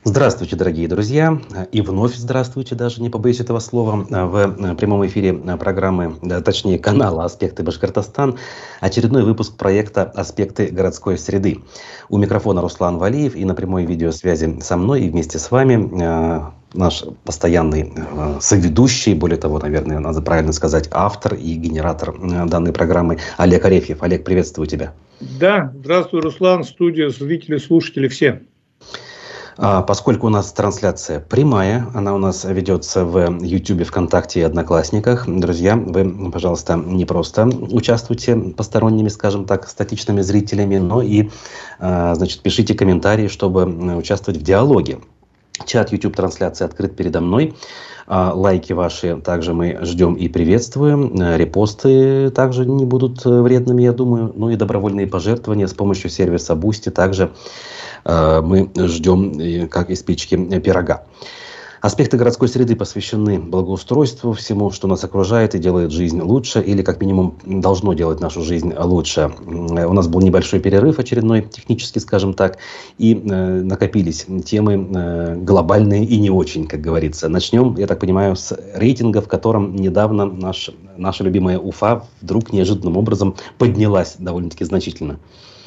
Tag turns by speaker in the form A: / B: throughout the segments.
A: Здравствуйте, дорогие друзья, и вновь здравствуйте, даже не побоюсь этого слова, в прямом эфире программы, точнее канала «Аспекты Башкортостан», очередной выпуск проекта «Аспекты городской среды». У микрофона Руслан Валиев, и на прямой видеосвязи со мной и вместе с вами наш постоянный соведущий, более того, наверное, надо правильно сказать, автор и генератор данной программы Олег Арефьев. Олег, приветствую тебя.
B: Да, здравствуй, Руслан, студия, зрители, слушатели, все.
A: Поскольку у нас трансляция прямая, она у нас ведется в YouTube, ВКонтакте и Одноклассниках. Друзья, вы, пожалуйста, не просто участвуйте посторонними, скажем так, статичными зрителями, но и, пишите комментарии, чтобы участвовать в диалоге. Чат YouTube-трансляции открыт передо мной. Лайки ваши также мы ждем и приветствуем. Репосты также не будут вредными, я думаю. Ну и добровольные пожертвования с помощью сервиса Boosty также мы ждем, как из печки пирога. Аспекты городской среды посвящены благоустройству, всему, что нас окружает и делает жизнь лучше, или как минимум должно делать нашу жизнь лучше. У нас был небольшой перерыв очередной, технически, скажем так, и накопились темы глобальные и не очень, как говорится. Начнем, я так понимаю, с рейтинга, в котором недавно наша любимая Уфа вдруг неожиданным образом поднялась довольно-таки значительно.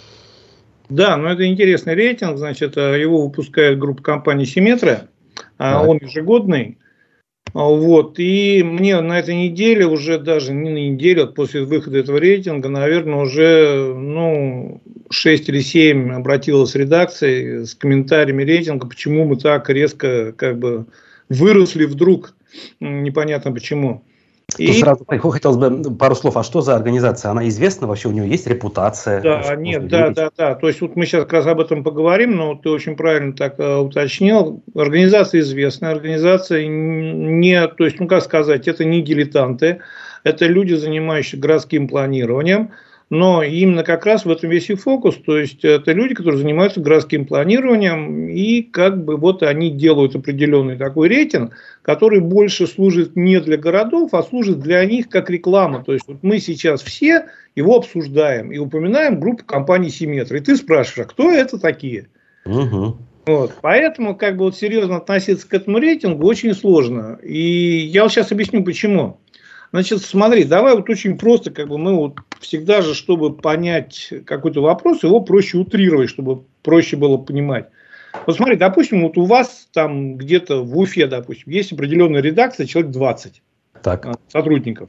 B: Да, но это интересный рейтинг, значит, его выпускает группа компаний «Симметра». Он ежегодный. Вот. И мне на этой неделе, уже даже не на неделю, после выхода этого рейтинга, наверное, уже 6 или 7 обратилась редакция с комментариями рейтинга, почему мы так резко выросли вдруг, непонятно почему.
A: Сразу хотелось бы пару слов. А что за организация? Она известна вообще? У нее есть репутация?
B: Да, нет, да. То есть вот мы сейчас как раз об этом поговорим, но ты очень правильно так уточнил. Организация известная, организация не, то есть, это не дилетанты, это люди, занимающиеся городским планированием. Но именно как раз в этом весь и фокус, то есть это люди, которые занимаются городским планированием, и они делают определенный такой рейтинг, который больше служит не для городов, а служит для них как реклама. То есть вот мы сейчас все его обсуждаем и упоминаем группу компаний «Симметра». И ты спрашиваешь, а кто это такие?
A: Угу.
B: Вот. Поэтому серьезно относиться к этому рейтингу очень сложно. И я вот сейчас объясню, почему. Значит, смотри, давай очень просто, мы всегда же, чтобы понять какой-то вопрос, его проще утрировать, чтобы проще было понимать. Вот смотри, допустим, у вас там где-то в Уфе, допустим, есть определенная редакция, человек 20 сотрудников.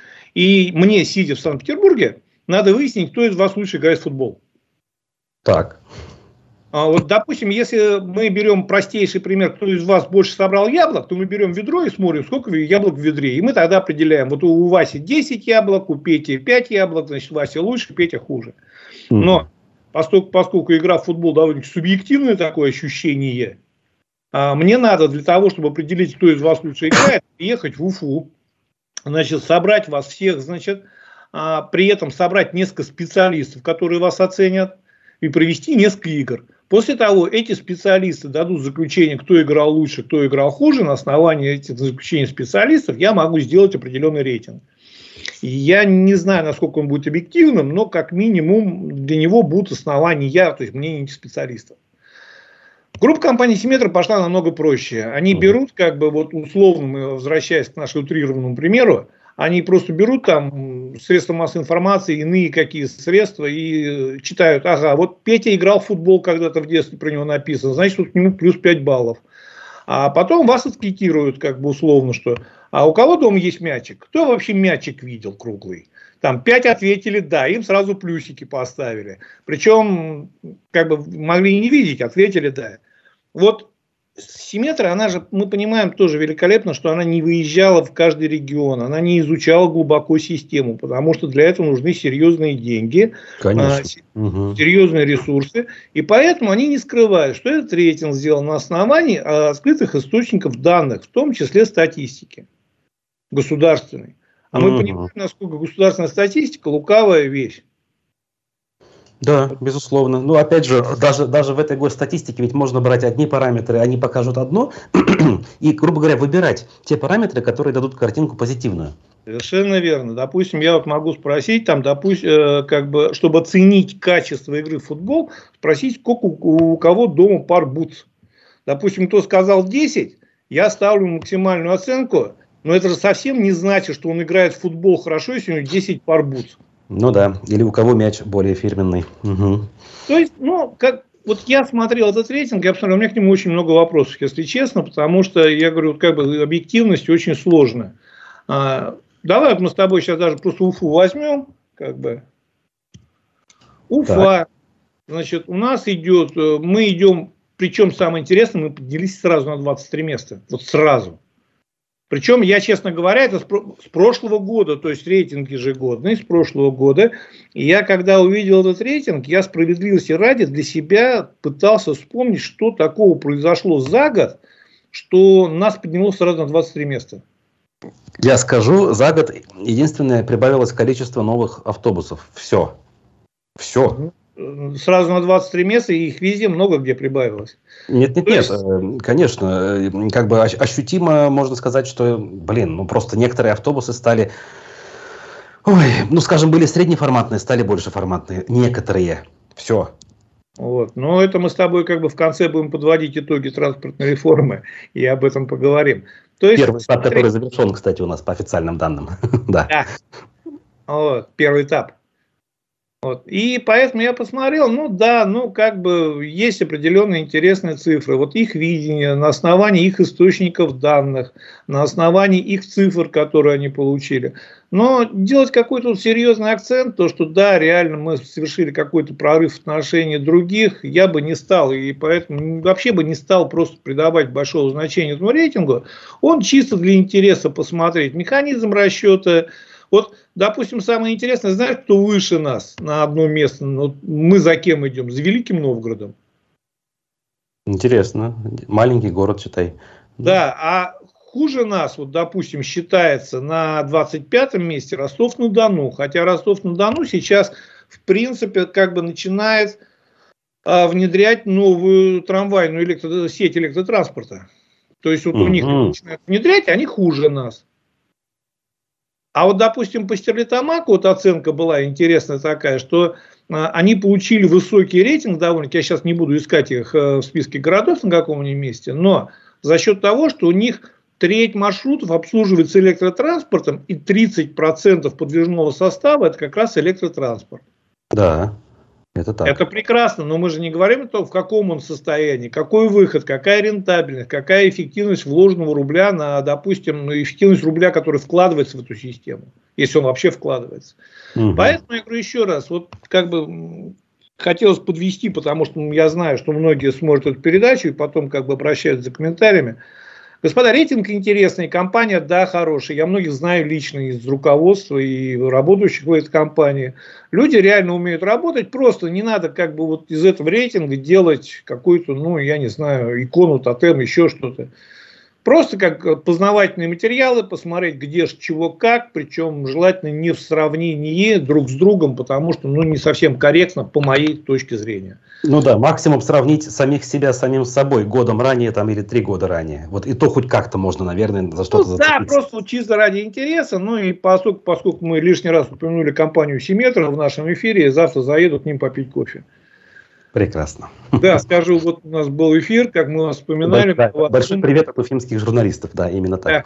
B: И мне, сидя в Санкт-Петербурге, надо выяснить, кто из вас лучше играет в футбол.
A: Так.
B: Вот, допустим, если мы берем простейший пример, кто из вас больше собрал яблок, то мы берем ведро и смотрим, сколько яблок в ведре. И мы тогда определяем, вот у Васи 10 яблок, у Пети 5 яблок, значит, Вася лучше, Петя хуже. Но поскольку игра в футбол довольно субъективное такое ощущение, мне надо для того, чтобы определить, кто из вас лучше играет, ехать в Уфу, значит, собрать вас всех, значит, при этом собрать несколько специалистов, которые вас оценят, и провести несколько игр. После того, эти специалисты дадут заключение, кто играл лучше, кто играл хуже. На основании этих заключений специалистов я могу сделать определенный рейтинг. И я не знаю, насколько он будет объективным, но как минимум для него будут основания, то есть мнение этих специалистов. Группа компаний «Симметра» пошла намного проще. Они берут, условно, возвращаясь к нашему утрированному примеру, они просто берут там средства массовой информации, иные какие средства и читают, вот Петя играл в футбол когда-то в детстве, про него написано, значит, тут к нему плюс 5 баллов. А потом вас анкетируют, условно, что, а у кого дома есть мячик? Кто вообще мячик видел круглый? Там 5 ответили да, им сразу плюсики поставили. Причем, могли и не видеть, ответили да. Вот Симметра, она же, мы понимаем тоже великолепно, что она не выезжала в каждый регион, она не изучала глубоко систему, потому что для этого нужны серьезные деньги, серьезные ресурсы, и поэтому они не скрывают, что этот рейтинг сделан на основании открытых источников данных, в том числе статистики государственной. А мы понимаем, насколько государственная статистика лукавая вещь.
A: Да, безусловно. Ну, опять же, даже в этой госстатистике ведь можно брать одни параметры, они покажут одно, и, грубо говоря, выбирать те параметры, которые дадут картинку позитивную.
B: Совершенно верно. Допустим, я могу спросить, чтобы оценить качество игры в футбол, спросить, сколько у кого дома пар бутс. Допустим, кто сказал 10, я ставлю максимальную оценку, но это же совсем не значит, что он играет в футбол хорошо, если у него 10 пар бутс.
A: Ну да, или у кого мяч более фирменный. Угу.
B: То есть, ну, как... Вот я смотрел этот рейтинг, я посмотрел, у меня к нему очень много вопросов, если честно, потому что, я говорю, как бы объективность очень сложная. Давай вот мы с тобой сейчас даже просто Уфу возьмем, как бы. Уфа, так. Значит, у нас идет, мы идем, причем самое интересное, мы поднялись сразу на 23 места, вот сразу. Причем, я, честно говоря, это с прошлого года, то есть рейтинг ежегодный, с прошлого года. И я, когда увидел этот рейтинг, я справедливости ради для себя пытался вспомнить, что такого произошло за год, что нас подняло сразу на 23 места.
A: Я скажу, за год единственное прибавилось количество новых автобусов. Все. Все.
B: Сразу на 23 места, и их везде много где прибавилось.
A: Нет, конечно, как бы ощутимо можно сказать, что, ну просто некоторые автобусы стали, ну скажем, были среднеформатные, стали больше форматные, некоторые, все.
B: Вот, но это мы с тобой как бы в конце будем подводить итоги транспортной реформы, и об этом поговорим. То есть,
A: первый этап, который завершен, кстати, у нас по официальным данным. Да.
B: Вот, первый этап. Вот. И поэтому я посмотрел, ну да, ну как бы есть определенные интересные цифры. Вот их видение на основании их источников данных, на основании их цифр, которые они получили. Но делать какой-то серьезный акцент, то что да, реально мы совершили какой-то прорыв в отношении других, я бы не стал. И поэтому вообще бы не стал просто придавать большого значения этому рейтингу. Он чисто для интереса посмотреть механизм расчета. Вот, допустим, самое интересное, знаешь, кто выше нас на одно место? Вот мы за кем идем? За Великим Новгородом.
A: Интересно. Маленький город, считай.
B: Да, а хуже нас, вот, допустим, считается на 25-м месте Ростов-на-Дону. Хотя Ростов-на-Дону сейчас, в принципе, как бы начинает внедрять новую трамвайную сеть электротранспорта. То есть, вот у них начинают внедрять, они хуже нас. А вот, допустим, по Стерлитамаку вот оценка была интересная такая, что они получили высокий рейтинг довольно-таки, я сейчас не буду искать их в списке городов на каком-нибудь месте, но за счет того, что у них треть маршрутов обслуживается электротранспортом и 30% подвижного состава это как раз электротранспорт.
A: Да. Это так.
B: Это прекрасно, но мы же не говорим о том, в каком он состоянии, какой выход, какая рентабельность, какая эффективность вложенного рубля на, допустим, эффективность рубля, который вкладывается в эту систему, если он вообще вкладывается. Поэтому я говорю еще раз, вот как бы хотелось подвести, потому что я знаю, что многие смотрят эту передачу и потом как бы обращаются за комментариями. Господа, рейтинг интересный, компания, да, хорошая. Я многих знаю лично из руководства и работающих в этой компании. Люди реально умеют работать, просто не надо как бы вот из этого рейтинга делать какую-то, ну, я не знаю, икону, тотем, еще что-то. Просто как познавательные материалы, посмотреть, где, чего, как, причем желательно не в сравнении друг с другом, потому что, ну, не совсем корректно по моей точке зрения.
A: Ну да, максимум сравнить самих себя с самим собой годом ранее там, или 3 года ранее. Вот и то хоть как-то можно, наверное, за что-то зацепиться.
B: Да, просто вот чисто ради интереса. Ну и поскольку мы лишний раз упомянули компанию Симметра в нашем эфире, завтра заеду к ним попить кофе.
A: Прекрасно.
B: Да, скажу, вот у нас был эфир, как мы вас вспоминали.
A: Большой привет от уфимских журналистов, да, именно так.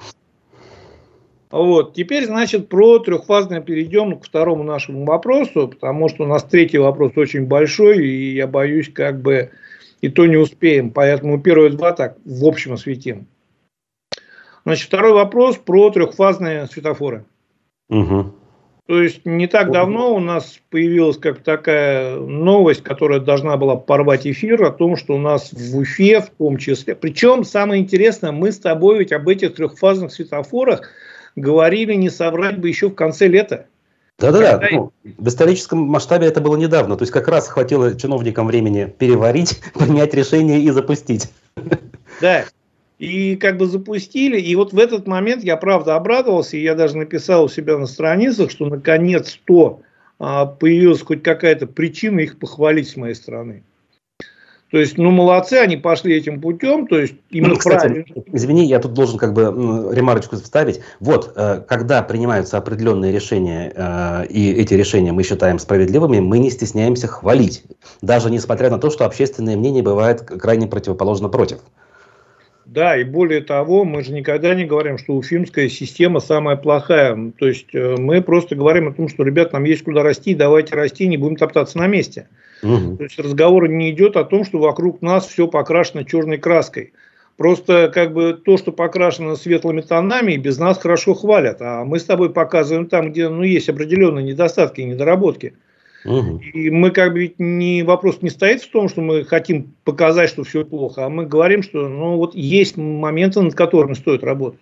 B: Да. Вот, теперь, значит, про трехфазное перейдем к второму нашему вопросу, потому что у нас третий вопрос очень большой, и я боюсь, как бы и то не успеем, поэтому первые два так в общем осветим. Значит, второй вопрос про трехфазные светофоры.
A: Угу.
B: То есть не так давно у нас появилась как такая новость, которая должна была порвать эфир, о том, что у нас в Уфе в том числе. Причем самое интересное, мы с тобой ведь об этих трехфазных светофорах говорили, не соврать бы, еще в конце лета.
A: Да-да-да, ну, в историческом масштабе это было недавно. То есть как раз хватило чиновникам времени переварить, принять решение и запустить. Да.
B: И как бы запустили, и вот в этот момент я правда обрадовался, и я даже написал у себя на страницах, что наконец-то появилась хоть какая-то причина их похвалить с моей стороны. То есть, ну, молодцы, они пошли этим путем, то есть именно
A: кстати, извини, я тут должен как бы ремарочку вставить. Вот, когда принимаются определенные решения, и эти решения мы считаем справедливыми, мы не стесняемся хвалить, даже несмотря на то, что общественное мнение бывает крайне противоположно против.
B: Да, и более того, мы же никогда не говорим, что уфимская система самая плохая. То есть мы просто говорим о том, что, ребят, нам есть куда расти, давайте расти, не будем топтаться на месте.
A: Угу.
B: То есть разговор не идет о том, что вокруг нас все покрашено черной краской. Просто как бы то, что покрашено светлыми тонами, без нас хорошо хвалят. А мы с тобой показываем там, где есть определенные недостатки и недоработки.
A: Угу.
B: И мы как бы ведь вопрос не стоит в том, что мы хотим показать, что все плохо, а мы говорим, что вот есть моменты, над которыми стоит работать.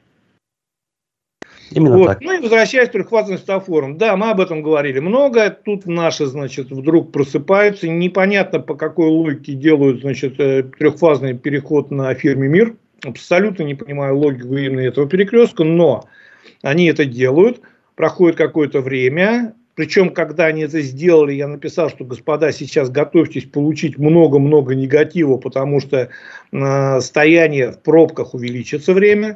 A: Именно
B: Вот.
A: так.
B: Ну и возвращаясь к трехфазным светофорам. Да, мы об этом говорили много. Тут наши, значит, вдруг просыпаются. Непонятно, по какой логике делают, значит, трехфазный переход на фирме «Мир». Абсолютно не понимаю логику именно этого перекрестка, но они это делают. Проходит какое-то время. Причем, когда они это сделали, я написал, что, господа, сейчас готовьтесь получить много-много негатива, потому что стояние в пробках увеличится время.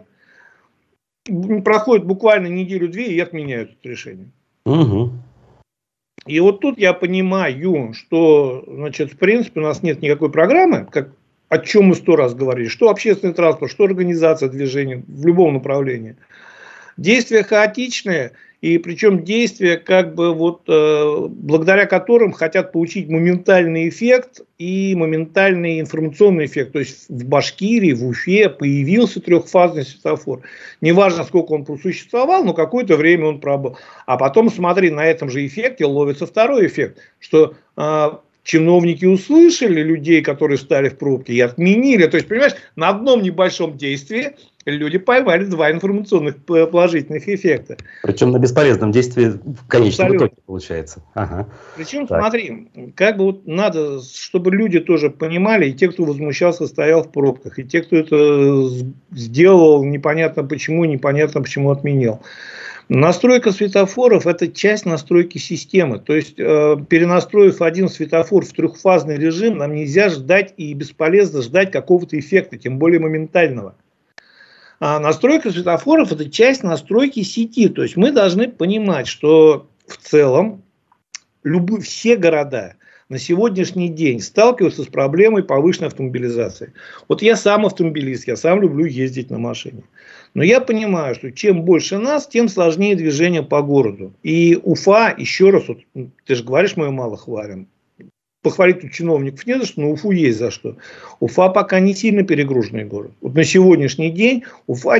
B: Проходит буквально неделю-две и отменяют это решение.
A: Угу.
B: И вот тут я понимаю, что, значит, в принципе, у нас нет никакой программы, о чем мы 100 раз говорили, что общественный транспорт, что организация движения в любом направлении. Действия хаотичные, и причем действия, как бы благодаря которым хотят получить моментальный эффект и моментальный информационный эффект. То есть в Башкирии, в Уфе появился трехфазный светофор. Неважно, сколько он просуществовал, но какое-то время он пробыл. А потом, смотри, на этом же эффекте ловится второй эффект, что чиновники услышали людей, которые встали в пробки, и отменили. То есть, понимаешь, на одном небольшом действии люди поймали 2 информационных положительных эффекта.
A: Причем на бесполезном действии в конечном итоге получается. Ага.
B: Причем, смотри, как бы надо, чтобы люди тоже понимали, и те, кто возмущался, стоял в пробках, и те, кто это сделал, непонятно почему отменил. Настройка светофоров – это часть настройки системы. То есть, перенастроив один светофор в трехфазный режим, нам нельзя ждать и бесполезно ждать какого-то эффекта, тем более моментального. А настройка светофоров – это часть настройки сети. То есть, мы должны понимать, что в целом все города на сегодняшний день сталкиваются с проблемой повышенной автомобилизации. Вот я сам автомобилист, я сам люблю ездить на машине. Но я понимаю, что чем больше нас, тем сложнее движение по городу. И Уфа, еще раз, ты же говоришь, мы ее мало хвалим. Похвалить тут чиновников не за что, но Уфу есть за что. Уфа пока не сильно перегруженный город. Вот на сегодняшний день Уфа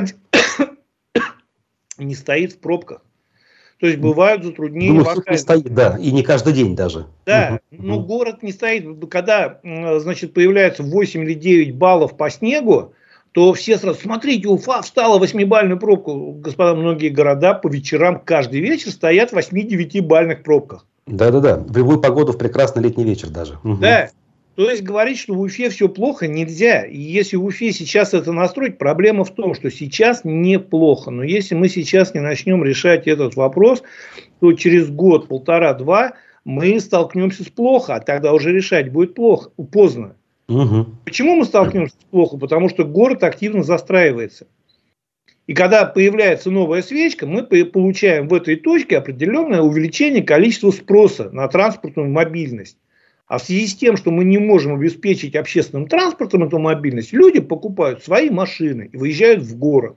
B: не стоит в пробках. То есть бывают затруднения
A: локальные. Стоит, да, и не каждый день даже.
B: Да, но город не стоит. Когда, значит, появляется 8 или 9 баллов по снегу, то все сразу, смотрите, Уфа встала в 8-бальную пробку. Господа, многие города по вечерам каждый вечер стоят в 8-9-бальных пробках.
A: Да-да-да, в любую погоду, в прекрасный летний вечер даже.
B: Да, то есть говорить, что в Уфе все плохо, нельзя. И если в Уфе сейчас это настроить, проблема в том, что сейчас неплохо. Но если мы сейчас не начнем решать этот вопрос, то через год, 1,5-2 мы столкнемся с плохо, а тогда уже решать будет поздно. Почему мы столкнемся с плохо? Потому что город активно застраивается. И когда появляется новая свечка, мы получаем в этой точке определенное увеличение количества спроса на транспортную мобильность. А в связи с тем, что мы не можем обеспечить общественным транспортом эту мобильность, люди покупают свои машины и выезжают в город.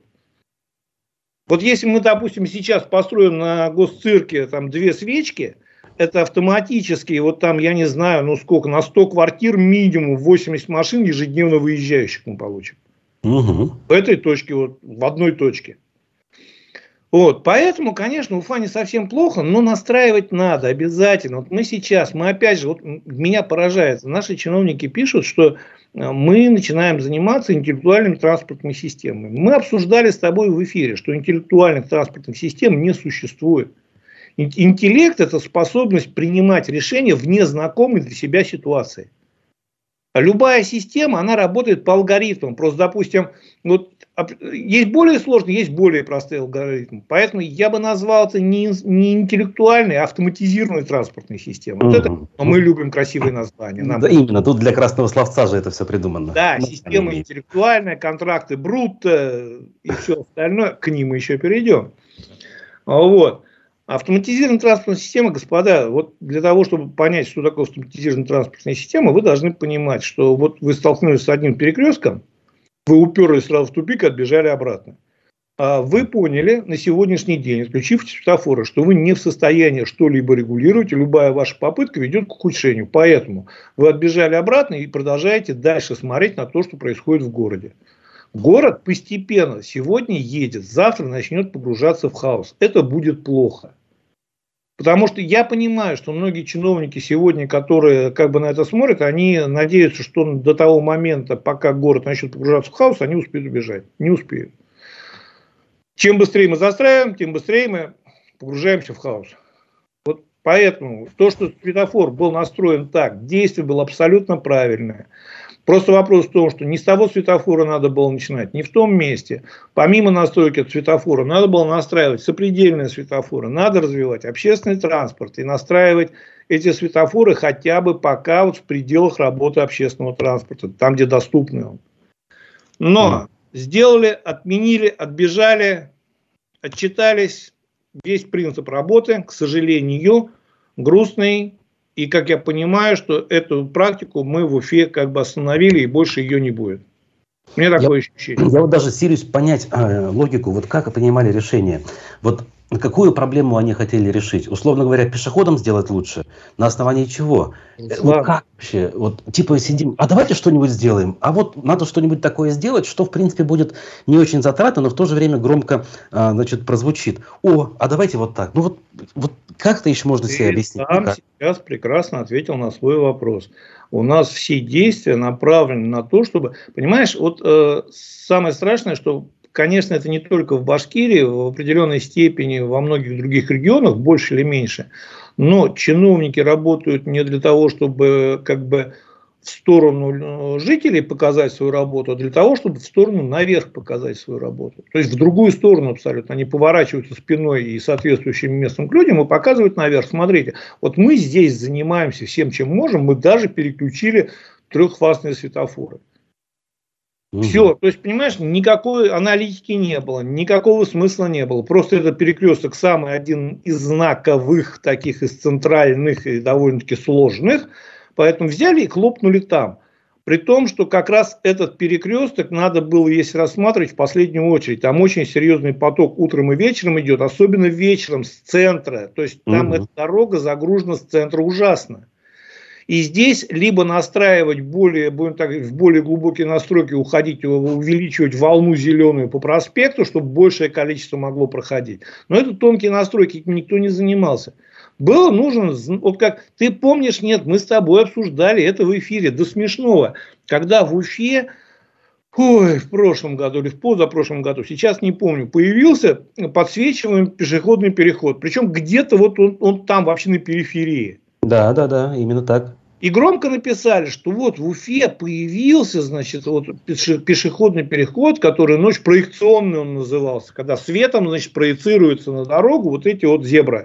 B: Вот если мы, допустим, сейчас построим на госцирке там 2 свечки, это автоматически, вот там, я не знаю, ну сколько, на 100 квартир минимум 80 машин ежедневно выезжающих мы получим. В этой точке, вот в одной точке. Вот, поэтому, конечно, Уфа не совсем плохо, но настраивать надо обязательно. Вот мы опять же, вот меня поражает, наши чиновники пишут, что мы начинаем заниматься интеллектуальными транспортными системами. Мы обсуждали с тобой в эфире, что интеллектуальных транспортных систем не существует. Интеллект – это способность принимать решения в незнакомой для себя ситуации. Любая система, она работает по алгоритмам. Просто, допустим, вот есть более сложные, есть более простые алгоритмы. Поэтому я бы назвал это не интеллектуальной, а автоматизированной транспортной системой. Вот это, но мы любим красивые названия.
A: Да, именно, тут для красного словца же это все придумано.
B: Да, система интеллектуальная, контракты брутто и все остальное. К ним мы еще перейдем. Вот. Автоматизированная транспортная система, господа, вот для того, чтобы понять, что такое автоматизированная транспортная система, вы должны понимать, что вот вы столкнулись с одним перекрестком, Вы уперлись сразу в тупик и отбежали обратно. Вы поняли на сегодняшний день, отключив светофоры, что вы не в состоянии что-либо регулировать, и любая ваша попытка ведет к ухудшению. Поэтому вы отбежали обратно и продолжаете дальше смотреть на то, что происходит в городе. Город постепенно сегодня едет, завтра начнет погружаться в хаос. Это будет плохо. Потому что я понимаю, что многие чиновники сегодня, которые как бы на это смотрят, они надеются, что до того момента, пока город начнет погружаться в хаос, они успеют убежать. Не успеют. Чем быстрее мы застраиваем, тем быстрее мы погружаемся в хаос. Вот поэтому то, что светофор был настроен так, действие было абсолютно правильное. Просто вопрос в том, что не с того светофора надо было начинать, не в том месте. Помимо настройки светофора, надо было настраивать сопредельные светофоры, надо развивать общественный транспорт и настраивать эти светофоры хотя бы пока вот в пределах работы общественного транспорта, там, где доступны он. Но сделали, отменили, отбежали, отчитались. Весь принцип работы, к сожалению, грустный. И, как я понимаю, что эту практику мы в Уфе как бы остановили, и больше ее не будет. У меня такое ощущение.
A: Я вот даже силюсь понять логику, вот как принимали решение. Вот какую проблему они хотели решить? Условно говоря, пешеходам сделать лучше? На основании чего? Вот как вообще? Вот типа сидим, а давайте что-нибудь сделаем. А вот надо что-нибудь такое сделать, что в принципе будет не очень затратно, но в то же время громко значит, прозвучит. О, а давайте вот так. Ну вот как-то еще можно себе объяснить.
B: Сам сейчас прекрасно ответил на свой вопрос. У нас все действия направлены на то, чтобы... Понимаешь, вот самое страшное, что, конечно, это не только в Башкирии, в определенной степени во многих других регионах, больше или меньше. Но чиновники работают не для того, чтобы как бы в сторону жителей показать свою работу, а для того, чтобы в сторону наверх показать свою работу. То есть в другую сторону абсолютно. Они поворачиваются спиной и соответствующим местным к людям и показывают наверх. Смотрите, вот мы здесь занимаемся всем, чем можем. Мы даже переключили трехфазные светофоры. Все, то есть, понимаешь, никакой аналитики не было, никакого смысла не было. Просто этот перекресток самый один из знаковых, таких из центральных и довольно-таки сложных. Поэтому взяли и хлопнули там. При том, что как раз этот перекресток надо было, если рассматривать, в последнюю очередь. Там очень серьезный поток утром и вечером идет, особенно вечером с центра. То есть там эта дорога загружена с центра ужасно. И здесь либо настраивать более, будем так, в более глубокие настройки, уходить, увеличивать волну зеленую по проспекту, чтобы большее количество могло проходить. Но это тонкие настройки, этим никто не занимался. Было нужно, вот как ты помнишь, нет, мы с тобой обсуждали это в эфире, до смешного, когда в Уфе, в прошлом году или в позапрошлом году, сейчас не помню, появился подсвечиваемый пешеходный переход. Причем где-то вот он там вообще на периферии.
A: Да, именно так.
B: И громко написали, что вот в Уфе появился, значит, вот пешеходный переход, который ночь проекционный он назывался, когда светом, значит, проецируется на дорогу вот эти вот зебры.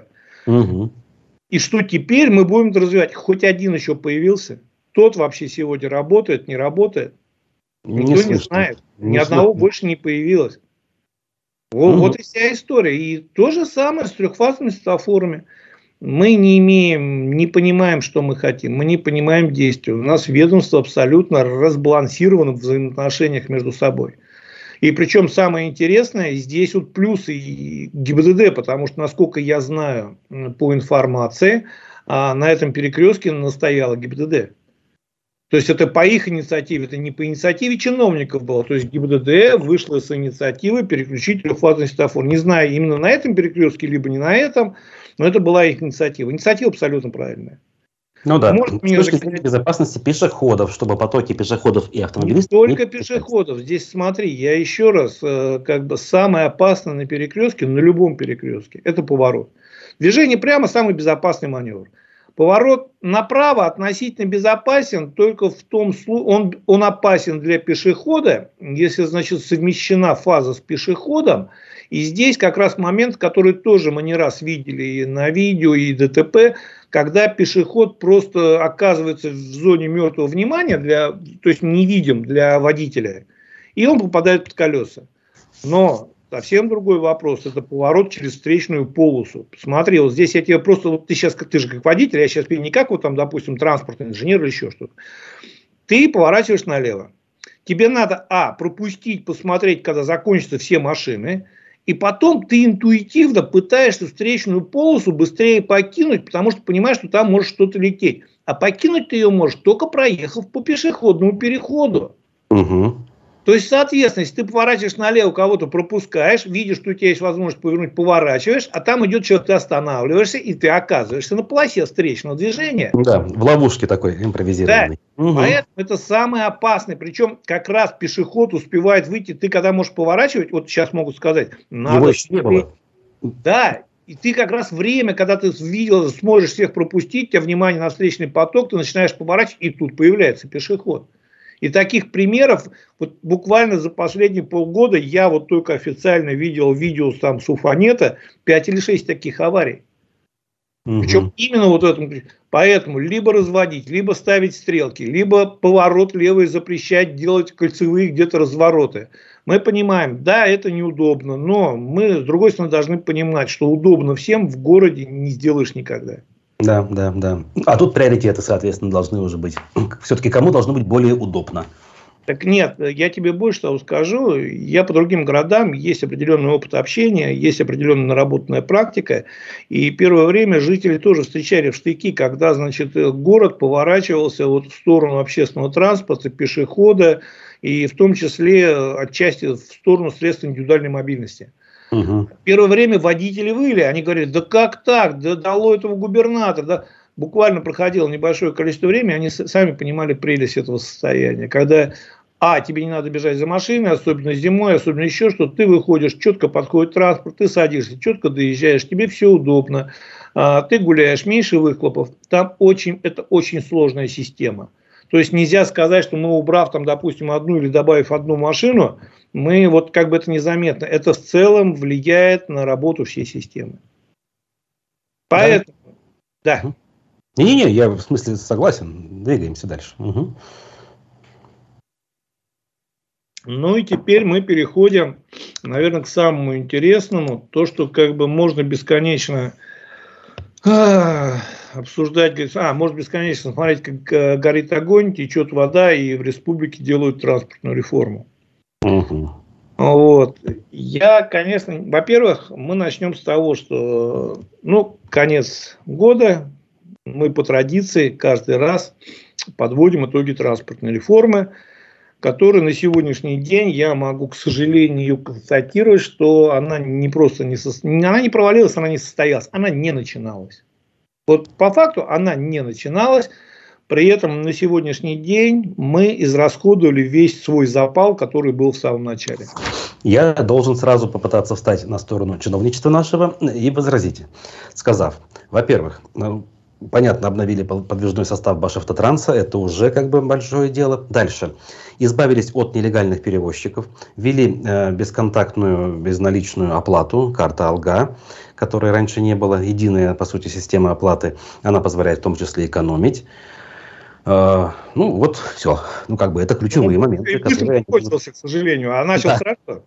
B: И что теперь мы будем развивать? Хоть один еще появился. Тот вообще сегодня работает, не работает. Никто не знает. Ни одного больше не появилось. Вот и вся история. И то же самое с трехфазными светофорами. Мы не имеем, не понимаем, что мы хотим. Мы не понимаем действия. У нас ведомство абсолютно разбалансировано в взаимоотношениях между собой. И причем самое интересное, здесь вот плюсы и ГИБДД, потому что, насколько я знаю по информации, на этом перекрестке настояла ГИБДД. То есть это по их инициативе, это не по инициативе чиновников было. То есть ГИБДД вышла с инициативой переключить трехфазный светофор. Не знаю, именно на этом перекрестке, либо не на этом, но это была их инициатива. Инициатива абсолютно правильная.
A: Ну да, с точки зрения безопасности пешеходов, чтобы потоки пешеходов и автомобилистов...
B: Не только пешеходов. Здесь смотри, я еще раз, как бы самое опасное на перекрестке, на любом перекрестке, это поворот. Движение прямо самый безопасный маневр. Поворот направо относительно безопасен только в том случае, он опасен для пешехода, если, значит, совмещена фаза с пешеходом. И здесь как раз момент, который тоже мы не раз видели и на видео, и ДТП, когда пешеход просто оказывается в зоне мертвого внимания, то есть невидим для водителя, и он попадает под колеса. Но совсем другой вопрос, это поворот через встречную полосу. Смотри, вот здесь я тебе просто, вот ты же как водитель, я сейчас не как вот там, допустим, транспортный инженер или еще что-то. Ты поворачиваешь налево. тебе надо, пропустить, посмотреть, когда закончатся все машины, и потом ты интуитивно пытаешься встречную полосу быстрее покинуть, потому что понимаешь, что там может что-то лететь. А покинуть ты ее можешь, только проехав по пешеходному переходу.
A: Угу.
B: То есть, соответственно, если ты поворачиваешь налево, кого-то пропускаешь, видишь, что у тебя есть возможность повернуть, поворачиваешь, а там идет человек, ты останавливаешься, и ты оказываешься на полосе встречного движения.
A: Да, в ловушке такой импровизированной.
B: Да.
A: Угу.
B: Поэтому это самое опасное. Причем как раз пешеход успевает выйти. Ты когда можешь поворачивать, вот сейчас могут сказать, надо...
A: Его еще не было.
B: Да, и ты как раз время, когда ты видел, сможешь всех пропустить, у тебя внимание на встречный поток, ты начинаешь поворачивать, и тут появляется пешеход. И таких примеров, вот буквально за последние полгода я вот только официально видел видео там с Уфанета 5 или 6 таких аварий.
A: Угу.
B: Причем именно вот этому. Поэтому либо разводить, либо ставить стрелки, либо поворот левый запрещать, делать кольцевые где-то развороты. Мы понимаем, да, это неудобно, но мы, с другой стороны, должны понимать, что удобно всем в городе не сделаешь никогда.
A: Да, да, да. А тут приоритеты, соответственно, должны уже быть. Все-таки кому должно быть более удобно?
B: Так нет, я тебе больше того скажу. Я по другим городам, есть определенный опыт общения, есть определенная наработанная практика. И первое время жители тоже встречали в штыки, когда, значит, город поворачивался вот в сторону общественного транспорта, пешехода, и в том числе отчасти в сторону средств индивидуальной мобильности.
A: Угу.
B: Первое время водители выли, они говорили, да как так, да дало этого губернатора. Да. Буквально проходило небольшое количество времени, они сами понимали прелесть этого состояния. Когда, тебе не надо бежать за машиной, особенно зимой, особенно еще что-то, ты выходишь, четко подходит транспорт, ты садишься, четко доезжаешь, тебе все удобно, ты гуляешь, меньше выхлопов. Там это очень сложная система. То есть нельзя сказать, что мы, убрав там, допустим, одну или добавив одну машину, мы вот как бы это незаметно. Это в целом влияет на работу всей системы. Поэтому, да.
A: Не-не-не, я в смысле согласен. Двигаемся дальше. Угу.
B: Ну и теперь мы переходим, наверное, к самому интересному. То, что как бы можно бесконечно обсуждать. Может бесконечно смотреть, как горит огонь, течет вода, и в республике делают транспортную реформу.
A: Угу.
B: Вот. Я, конечно, во-первых, мы начнем с того, что, конец года, мы по традиции каждый раз подводим итоги транспортной реформы, которая на сегодняшний день, я могу, к сожалению, констатировать, что она не просто она не провалилась, она не состоялась, она не начиналась. Вот по факту она не начиналась. При этом на сегодняшний день мы израсходовали весь свой запал, который был в самом начале.
A: Я должен сразу попытаться встать на сторону чиновничества нашего и возразить, сказав, во-первых, понятно, обновили подвижной состав Башавтотранса, это уже как бы большое дело. Дальше. Избавились от нелегальных перевозчиков, ввели бесконтактную, безналичную оплату, карта Алга, которой раньше не было, единая, по сути, система оплаты, она позволяет в том числе экономить. Вот все. Это ключевые моменты.
B: Которые кончился, к сожалению, а начал хорошо.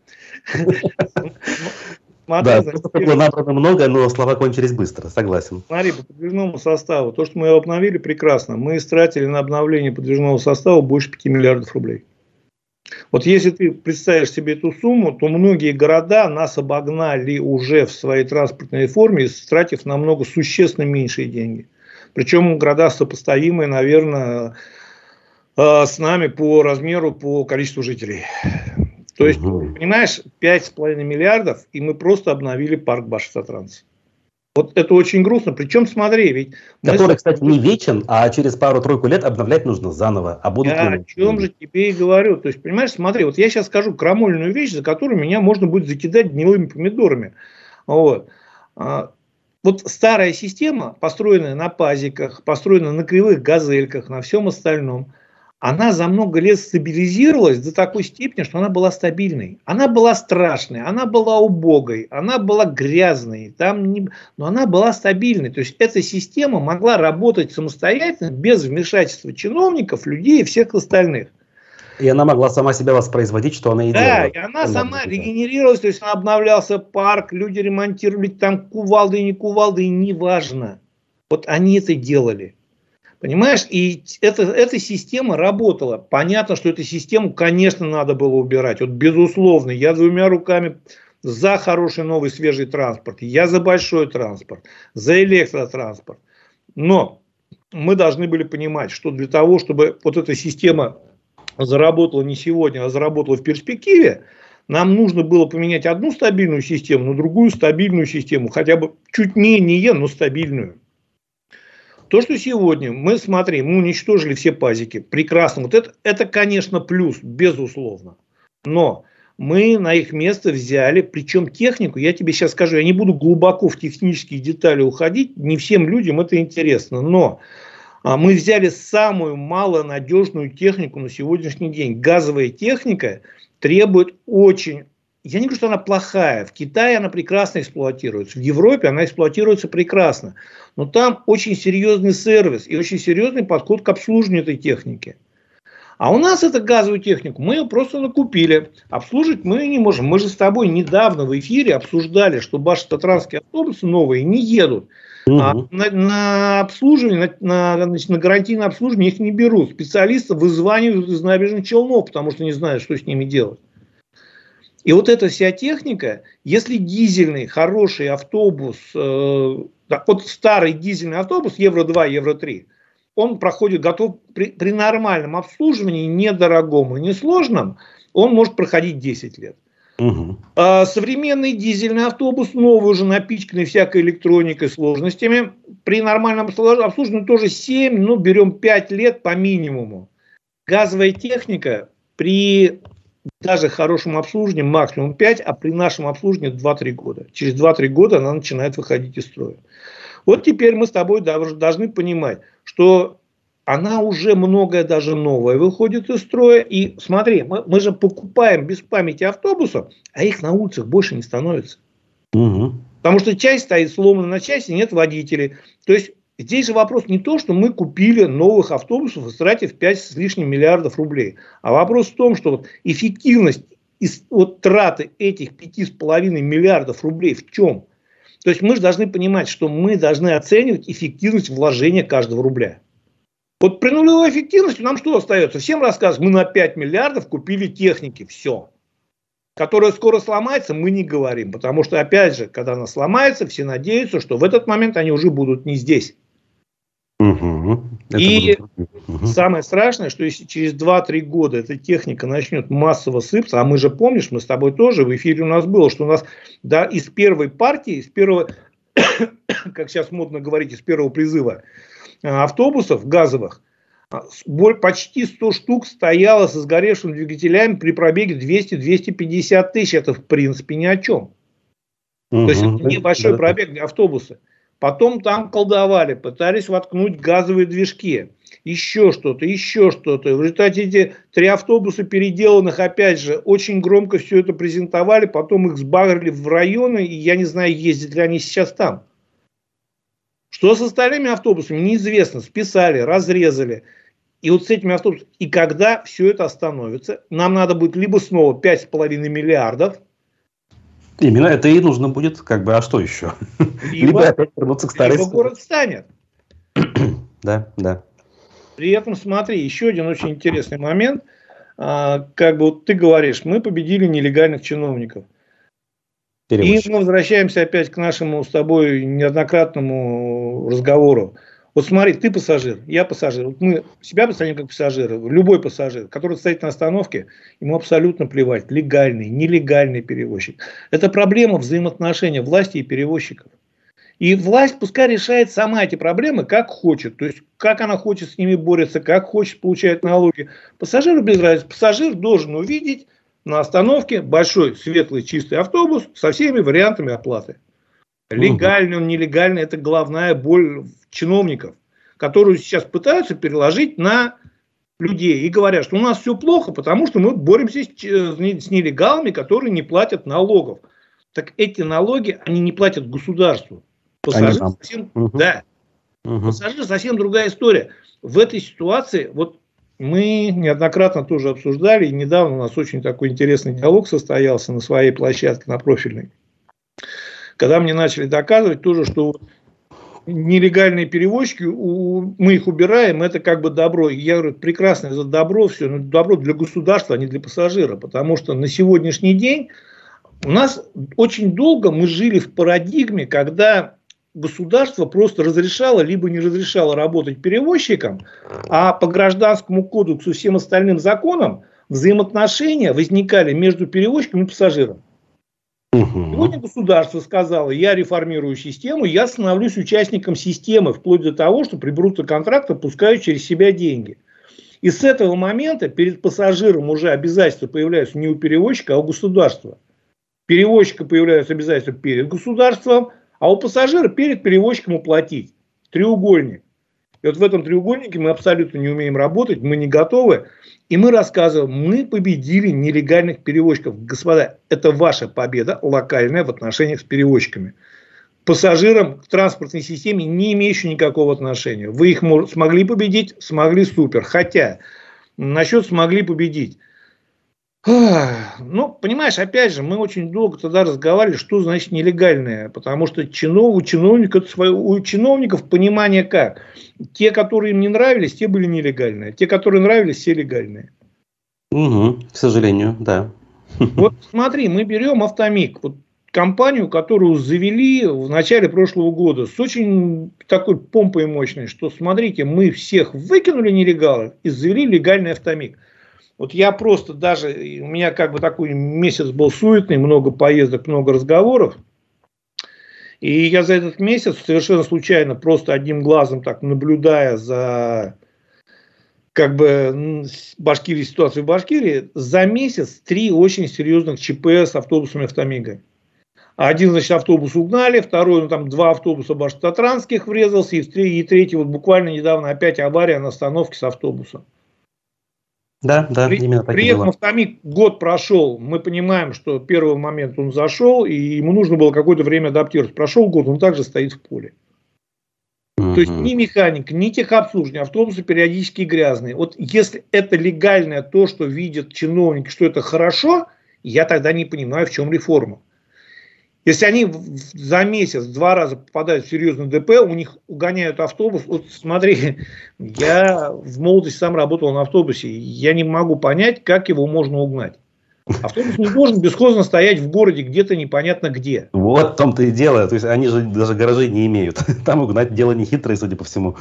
A: Да, было набрано много, но слова кончились быстро, согласен.
B: Смотри, по подвижному составу, то, что мы его обновили, прекрасно. Мы истратили на обновление подвижного состава больше 5 миллиардов рублей. Вот если ты представишь себе эту сумму, то многие города нас обогнали уже в своей транспортной реформе, истратив намного существенно меньшие деньги. Причем города сопоставимые, наверное, с нами по размеру, по количеству жителей. То есть, понимаешь, 5,5 миллиардов, и мы просто обновили парк Башавтотранса. Вот это очень грустно. Причем, смотри, ведь...
A: Который, кстати, не вечен, а через пару-тройку лет обновлять нужно заново.
B: Я о чем же тебе и говорю. То есть, понимаешь, смотри, вот я сейчас скажу крамольную вещь, за которую меня можно будет закидать гнилыми помидорами. Вот старая система, построенная на пазиках, построенная на кривых газельках, на всем остальном, она за много лет стабилизировалась до такой степени, что она была стабильной. Она была страшной, она была убогой, она была грязной, но она была стабильной. То есть эта система могла работать самостоятельно, без вмешательства чиновников, людей и всех остальных.
A: И она могла сама себя воспроизводить, что она и делала.
B: Да, и она сама регенерировалась, то есть обновлялся парк, люди ремонтировали там кувалды и не кувалды, и неважно. Вот они это делали. Понимаешь? И эта система работала. Понятно, что эту систему, конечно, надо было убирать. Вот безусловно, я двумя руками за хороший новый свежий транспорт. Я за большой транспорт, за электротранспорт. Но мы должны были понимать, что для того, чтобы вот эта система заработала не сегодня, а заработала в перспективе, нам нужно было поменять одну стабильную систему на другую стабильную систему. Хотя бы чуть менее, но стабильную. То, что сегодня мы уничтожили все пазики. Прекрасно. Вот это, конечно, плюс, безусловно. Но мы на их место взяли, причем технику, я тебе сейчас скажу, я не буду глубоко в технические детали уходить, не всем людям это интересно, но мы взяли самую малонадежную технику на сегодняшний день. Газовая техника требует очень... Я не говорю, что она плохая. В Китае она прекрасно эксплуатируется. В Европе она эксплуатируется прекрасно. Но там очень серьезный сервис и очень серьезный подход к обслуживанию этой техники. А у нас эту газовую технику мы ее просто накупили. Обслуживать мы не можем. Мы же с тобой недавно в эфире обсуждали, что башенно-транские автобусы новые не едут. На обслуживание, на гарантийное обслуживание их не берут. Специалисты вызванивают из набережных Челнов, потому что не знают, что с ними делать. И вот эта вся техника, если дизельный хороший автобус, вот старый дизельный автобус Евро-2, Евро-3, он проходит готов при нормальном обслуживании, недорогом и несложном, он может проходить 10 лет. Современный дизельный автобус, новый уже напичканный всякой электроникой, сложностями, при нормальном обслуживании тоже 7, берем 5 лет по минимуму. Газовая техника при даже хорошем обслуживании максимум 5, а при нашем обслуживании 2-3 года. Через 2-3 года она начинает выходить из строя. Вот теперь мы с тобой должны понимать, что она уже многое даже новое выходит из строя. И смотри, мы же покупаем без памяти автобусов, а их на улицах больше не становится. Потому что часть стоит сломана на части, нет водителей. То есть здесь же вопрос не то, что мы купили новых автобусов, истратив 5 с лишним миллиардов рублей. А вопрос в том, что эффективность траты этих 5,5 миллиардов рублей в чем? То есть мы же должны понимать, что мы должны оценивать эффективность вложения каждого рубля. Вот при нулевой эффективности нам что остается? Всем рассказывают, мы на 5 миллиардов купили техники, все. Которая скоро сломается, мы не говорим. Потому что, опять же, когда она сломается, все надеются, что в этот момент они уже будут не здесь. И самое страшное, что если через 2-3 года эта техника начнет массово сыпаться, а мы же, помнишь, мы с тобой тоже, в эфире у нас было, что у нас из первой партии, из первого, как сейчас модно говорить, из первого призыва автобусов газовых, почти 100 штук стояло со сгоревшими двигателями при пробеге 200-250 тысяч. Это в принципе ни о чем. То есть это небольшой пробег для автобуса. Потом там колдовали, пытались воткнуть газовые движки. Еще что-то, еще что-то. В результате эти 3 автобуса переделанных, опять же, очень громко все это презентовали. Потом их сбагрили в районы. И я не знаю, ездят ли они сейчас там. Что с остальными автобусами, неизвестно. Списали, разрезали. И вот с этими автобусами. И когда все это остановится, нам надо будет либо снова 5,5 миллиардов.
A: Именно это и нужно будет, а что еще? Либо опять вернуться к старой.
B: Либо город встанет.
A: Да.
B: При этом, смотри, еще один очень интересный момент. Ты говоришь, мы победили нелегальных чиновников. И мы возвращаемся опять к нашему с тобой неоднократному разговору. Вот смотри, ты пассажир, я пассажир. Вот мы себя представляем как пассажира. Любой пассажир, который стоит на остановке, ему абсолютно плевать, легальный, нелегальный перевозчик. Это проблема взаимоотношения власти и перевозчиков. И власть пускай решает сама эти проблемы, как хочет. То есть, как она хочет с ними бороться, как хочет получать налоги. Пассажиру без разницы. Пассажир должен увидеть на остановке большой, светлый, чистый автобус со всеми вариантами оплаты. Легальный он, нелегальный, это головная боль чиновников, которую сейчас пытаются переложить на людей. И говорят, что у нас все плохо, потому что мы боремся с нелегалами, которые не платят налогов. Так эти налоги, они не платят государству. Пассажир Пассажир совсем другая история. В этой ситуации, вот мы неоднократно тоже обсуждали, и недавно у нас очень такой интересный диалог состоялся на своей площадке, на профильной. Когда мне начали доказывать тоже, что нелегальные перевозчики, мы их убираем, это как бы добро. Я говорю, прекрасно, это добро, все, но добро для государства, а не для пассажира. Потому что на сегодняшний день у нас очень долго мы жили в парадигме, когда государство просто разрешало, либо не разрешало работать перевозчикам, а по Гражданскому кодексу и всем остальным законам взаимоотношения возникали между перевозчиком и пассажиром. Сегодня государство сказало, я реформирую систему, я становлюсь участником системы, вплоть до того, что при брутто контракте пускаю через себя деньги. И с этого момента перед пассажиром уже обязательства появляются не у перевозчика, а у государства. У перевозчика появляются обязательства перед государством, а у пассажира перед перевозчиком уплатить. Треугольник. И вот в этом треугольнике мы абсолютно не умеем работать, мы не готовы. И мы рассказываем, мы победили нелегальных перевозчиков. Господа, это ваша победа локальная в отношениях с перевозчиками. Пассажирам в транспортной системе не имеющие никакого отношения. Вы их смогли победить, смогли, супер. Хотя, насчет смогли победить. Ну, понимаешь, опять же, мы очень долго тогда разговаривали, что значит нелегальное. Потому что у чиновников понимание как? Те, которые им не нравились, те были нелегальные. Те, которые нравились, все легальные.
A: К сожалению, да.
B: Вот смотри, мы берем Автомиг. Вот компанию, которую завели в начале прошлого года. С очень такой помпой мощной, что смотрите, мы всех выкинули нелегалов и завели легальный Автомиг. Вот я просто даже, у меня как бы такой месяц был суетный, много поездок, много разговоров. И я за этот месяц совершенно случайно, просто одним глазом так наблюдая за как бы Башкирии, ситуацию в Башкирии, за месяц 3 очень серьезных ЧП с автобусами Автомига. Один, значит, автобус угнали, второй, там 2 автобуса баштатранских врезался, и третий, вот буквально недавно опять авария на остановке с автобусом.
A: Да, именно так и было.
B: При этом Автомиг год прошел, мы понимаем, что первый момент он зашел, и ему нужно было какое-то время адаптироваться. Прошел год, он также стоит в поле. То есть ни механика, ни техобслуживание, автобусы периодически грязные. Вот если это легальное то, что видят чиновники, что это хорошо, я тогда не понимаю, в чем реформа. Если они за месяц 2 раза попадают в серьезный ДП, у них угоняют автобус. Вот смотри, я в молодости сам работал на автобусе. Я не могу понять, как его можно угнать. Автобус не должен бесхозно стоять в городе где-то непонятно где.
A: Вот в том-то и дело. То есть они же даже гаражей не имеют. Там угнать дело не хитрое, судя по всему.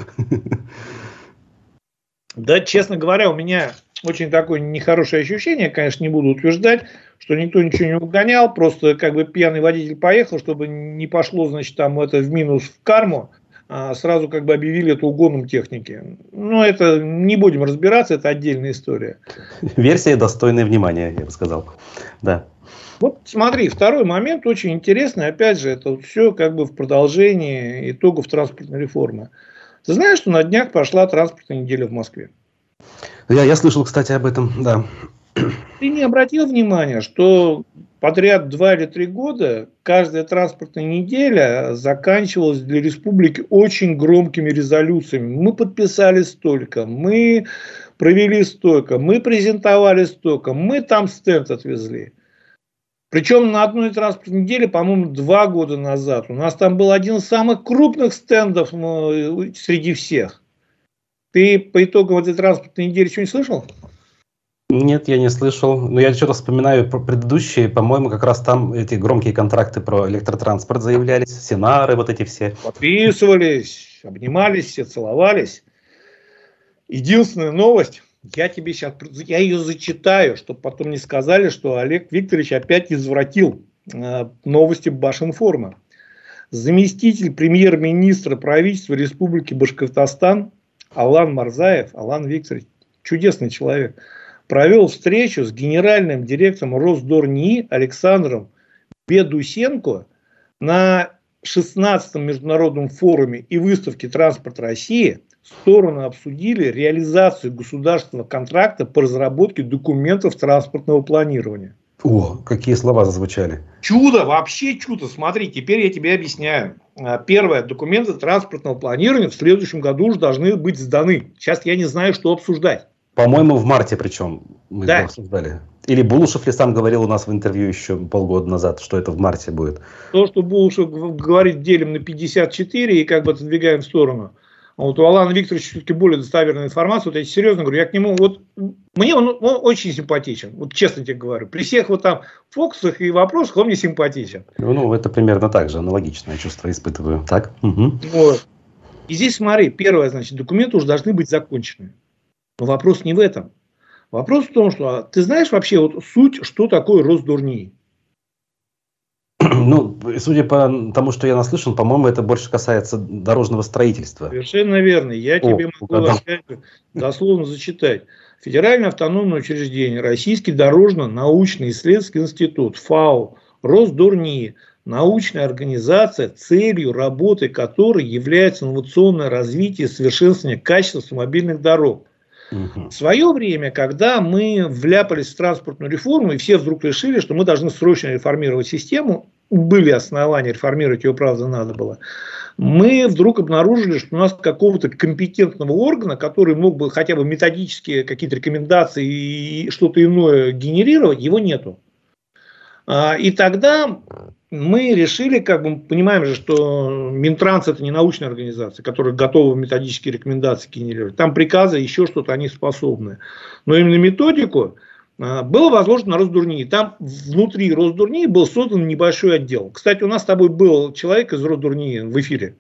B: Да, честно говоря, у меня очень такое нехорошее ощущение, конечно, не буду утверждать, что никто ничего не угонял, просто как бы пьяный водитель поехал, чтобы не пошло, значит, там это в минус в карму, а сразу как бы объявили это угоном техники. Но это не будем разбираться, это отдельная история.
A: Версия достойная внимания, я бы сказал. Да.
B: Вот смотри, второй момент очень интересный, опять же, это вот все как бы в продолжении итогов транспортной реформы. Ты знаешь, что на днях прошла транспортная неделя в Москве?
A: Я слышал, кстати, об этом, да.
B: Ты не обратил внимания, что подряд 2 или 3 года каждая транспортная неделя заканчивалась для республики очень громкими резолюциями. Мы подписали столько, мы провели столько, мы презентовали столько, мы там стенд отвезли. Причем на одной транспортной неделе, по-моему, 2 года назад, у нас там был один из самых крупных стендов среди всех. Ты по итогам этой транспортной недели что-нибудь слышал?
A: Нет, я не слышал. Но я что-то вспоминаю про предыдущие. По-моему, как раз там эти громкие контракты про электротранспорт заявлялись. Сенары, вот эти все.
B: Подписывались, обнимались, все целовались. Единственная новость, я ее зачитаю, чтобы потом не сказали, что Олег Викторович опять извратил новости Башинформа. Заместитель премьер-министра правительства Республики Башкортостан Алан Марзаев, Алан Викторович, чудесный человек, провел встречу с генеральным директором Росдорнии Александром Бедусенко на 16-м международном форуме и выставке «Транспорт России». Стороны обсудили реализацию государственного контракта по разработке документов транспортного планирования.
A: О, какие слова зазвучали.
B: Чудо, вообще чудо. Смотри, теперь я тебе объясняю. Первое, документы транспортного планирования в следующем году уже должны быть сданы. Сейчас я не знаю, что обсуждать.
A: По-моему, в марте причем мы
B: да.
A: обсуждали. Или Булушев ли сам говорил у нас в интервью еще полгода назад, что это в марте будет?
B: То, что Булушев говорит, делим на 54 и как бы отодвигаем в сторону. А вот у Алана Викторовича все-таки более достоверная информация. Вот я серьезно говорю, я к нему, вот мне он очень симпатичен. Вот честно тебе говорю. При всех вот там фокусах и вопросах он мне симпатичен.
A: Ну, это примерно так же, аналогичное чувство испытываю. Так? Угу.
B: Вот. И здесь смотри, первое, значит, документы уже должны быть закончены. Но вопрос не в этом. Вопрос в том, что ты знаешь вообще вот суть, что такое Росдурни?
A: Ну, судя по тому, что я наслышан, по-моему, это больше касается дорожного строительства.
B: Совершенно верно. Я тебе могу опять дословно зачитать. Федеральное автономное учреждение, Российский дорожно-научный исследовательский институт, ФАО, Росдурни, научная организация, целью работы которой является инновационное развитие и совершенствование качества автомобильных дорог. В свое время, когда мы вляпались в транспортную реформу, и все вдруг решили, что мы должны срочно реформировать систему, были основания реформировать ее, правда, надо было, мы вдруг обнаружили, что у нас какого-то компетентного органа, который мог бы хотя бы методические какие-то рекомендации и что-то иное генерировать, его нету. И тогда мы решили, как бы, понимаем же, что Минтранс это не научная организация, которая готова методические рекомендации генерировать. Там приказы, еще что-то, они способны. Но именно методику было возложено на Росдурни. Там внутри Росдурни был создан небольшой отдел. Кстати, у нас с тобой был человек из Росдурни в эфире.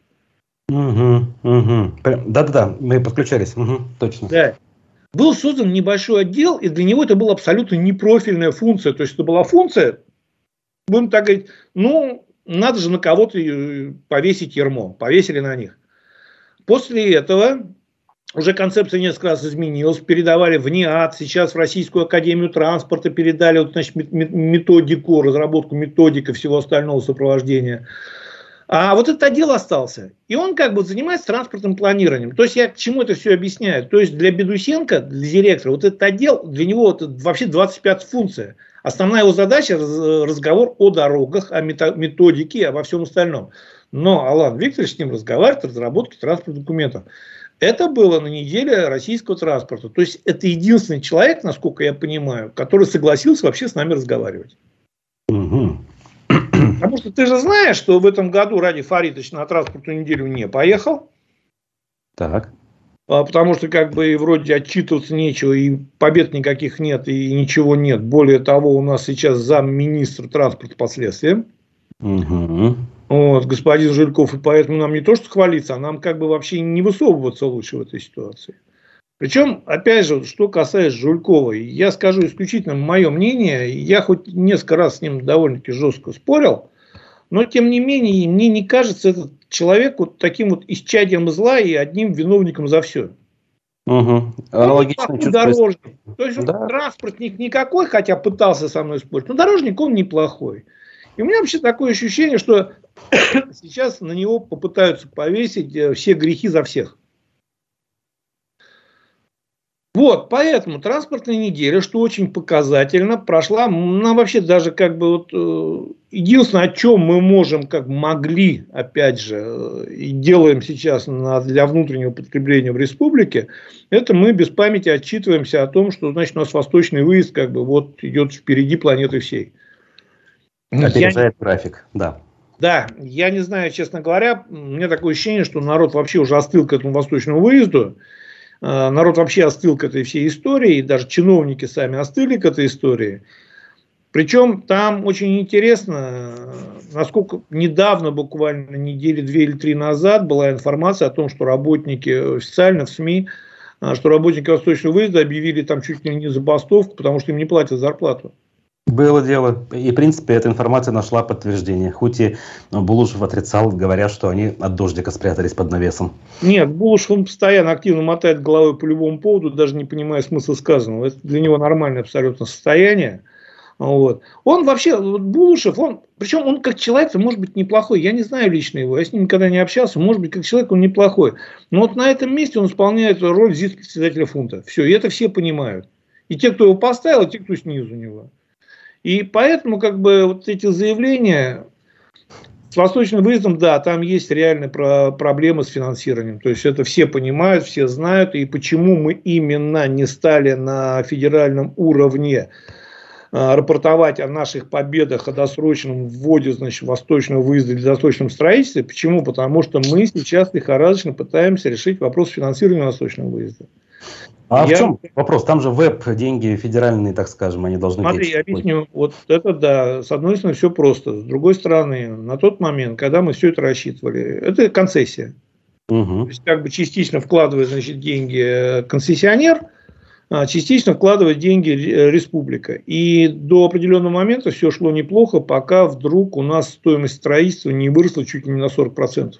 A: Да-да-да, мы подключались, точно.
B: Да. Был создан небольшой отдел, и для него это была абсолютно непрофильная функция. То есть это была функция, будем так говорить, ну, надо же на кого-то повесить ярмо. Повесили на них. После этого уже концепция несколько раз изменилась. Передавали в НИАТ, сейчас в Российскую академию транспорта передали вот, значит, методику, разработку методики всего остального сопровождения. А вот этот отдел остался. И он как бы занимается транспортным планированием. То есть я к чему это все объясняю? То есть для Бедусенко, для директора, вот этот отдел, для него это вообще 25-я функция. Основная его задача разговор о дорогах, о методике, обо всем остальном. Но Алан Викторович с ним разговаривает о разработке транспортных документов. Это было на неделе российского транспорта. То есть это единственный человек, насколько я понимаю, который согласился вообще с нами разговаривать. Потому что ты же знаешь, что в этом году Ради Фаритович на транспортную неделю не поехал.
A: Так.
B: Потому что как бы вроде отчитываться нечего, и побед никаких нет, и ничего нет. Более того, у нас сейчас замминистра транспорта по следствиям. Вот, господин Жульков, и поэтому нам не то что хвалиться, а нам как бы вообще не высовываться лучше в этой ситуации. Причем, опять же, что касается Жулькова, я скажу исключительно мое мнение, я хоть несколько раз с ним довольно-таки жестко спорил, но тем не менее, мне не кажется этот человек вот таким вот исчадием зла и одним виновником за все.
A: Аналогичное чувство.
B: Дорожник. То есть да. Транспортник никакой, хотя пытался со мной спорить, но дорожник он неплохой. И у меня вообще такое ощущение, что сейчас на него попытаются повесить все грехи за всех. Вот, поэтому транспортная неделя, что очень показательно, прошла, нам вообще даже как бы вот, единственное, о чем мы можем, как могли, опять же, и делаем сейчас для внутреннего потребления в республике, это мы без памяти отчитываемся о том, что, значит, у нас восточный выезд, как бы, вот, идет впереди планеты всей.
A: Опережает график, да.
B: Да, я не знаю, честно говоря, у меня такое ощущение, что народ вообще уже остыл к этому восточному выезду. Народ вообще остыл к этой всей истории, и даже чиновники сами остыли к этой истории. Причем там очень интересно, насколько недавно, буквально недели 2 или 3 назад, была информация о том, что работники официально в СМИ, что работники восточного выезда объявили там чуть ли не забастовку, потому что им не платят зарплату. Было дело. И, в принципе, эта информация нашла подтверждение. Хоть и Булушев отрицал, говоря, что они от дождика спрятались под навесом. Нет, Булушев он постоянно активно мотает головой по любому поводу, даже не понимая смысла сказанного. Это для него нормальное абсолютно состояние. Вот. Он вообще, Булушев, причем он как человек, может быть, неплохой. Я не знаю лично его, я с ним никогда не общался. Может быть, как человек он неплохой. Но вот на этом месте он исполняет роль председателя фунта. Все, и это все понимают. И те, кто его поставил, и те, кто снизу него. И поэтому, как бы, вот эти заявления с восточным выездом, да, там есть реальные проблемы с финансированием. То есть, это все понимают, все знают. И почему мы именно не стали на федеральном уровне рапортовать о наших победах, о досрочном вводе, значит, восточного выезда или досрочном строительстве. Почему? Потому что мы сейчас лихорадочно пытаемся решить вопрос финансирования восточного выезда.
A: А в чем вопрос? Там же ВЭП, деньги федеральные, так скажем, они должны...
B: Смотри, я объясню. Вот это да, с одной стороны, все просто. С другой стороны, на тот момент, когда мы все это рассчитывали, это концессия. То есть, как бы частично вкладывает, значит, деньги концессионер, а частично вкладывает деньги республика. И до определенного момента все шло неплохо, пока вдруг у нас стоимость строительства не выросла чуть ли не на 40%.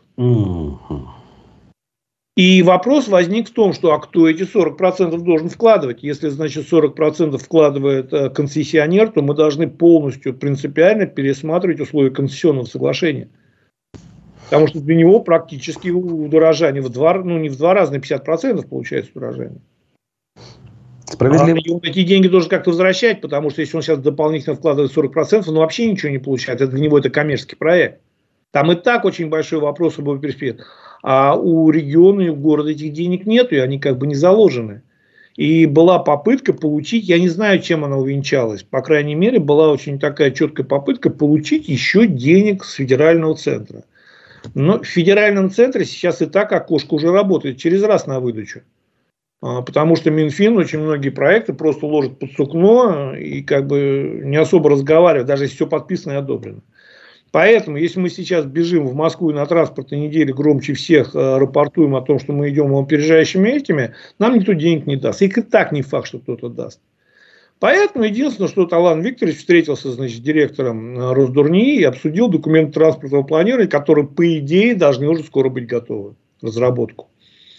B: И вопрос возник в том, что а кто эти 40% должен вкладывать? Если, значит, 40% вкладывает концессионер, то мы должны полностью принципиально пересматривать условия концессионного соглашения. Потому что для него практически удорожание в 2, ну не в 2 раза, на 50% получается удорожание.
A: Справедливо.
B: А он эти деньги должен как-то возвращать, потому что если он сейчас дополнительно вкладывает 40%, он вообще ничего не получает. Для него это коммерческий проект. Там и так очень большой вопрос об перспективе. А у региона и у города этих денег нету, и они как бы не заложены. И была попытка получить, я не знаю, чем она увенчалась, по крайней мере, была очень такая четкая попытка получить еще денег с федерального центра. Но в федеральном центре сейчас и так окошко уже работает через раз на выдачу. Потому что Минфин очень многие проекты просто ложит под сукно и как бы не особо разговаривает, даже если все подписано и одобрено. Поэтому, если мы сейчас бежим в Москву и на транспортной неделе громче всех рапортуем о том, что мы идем опережающими этими, нам никто денег не даст. Их и так не факт, что кто-то даст. Поэтому единственное, что Алан Викторович встретился, значит, с директором Росдурнии и обсудил документы транспортного планирования, которые, по идее, должны уже скоро быть готовы в разработку.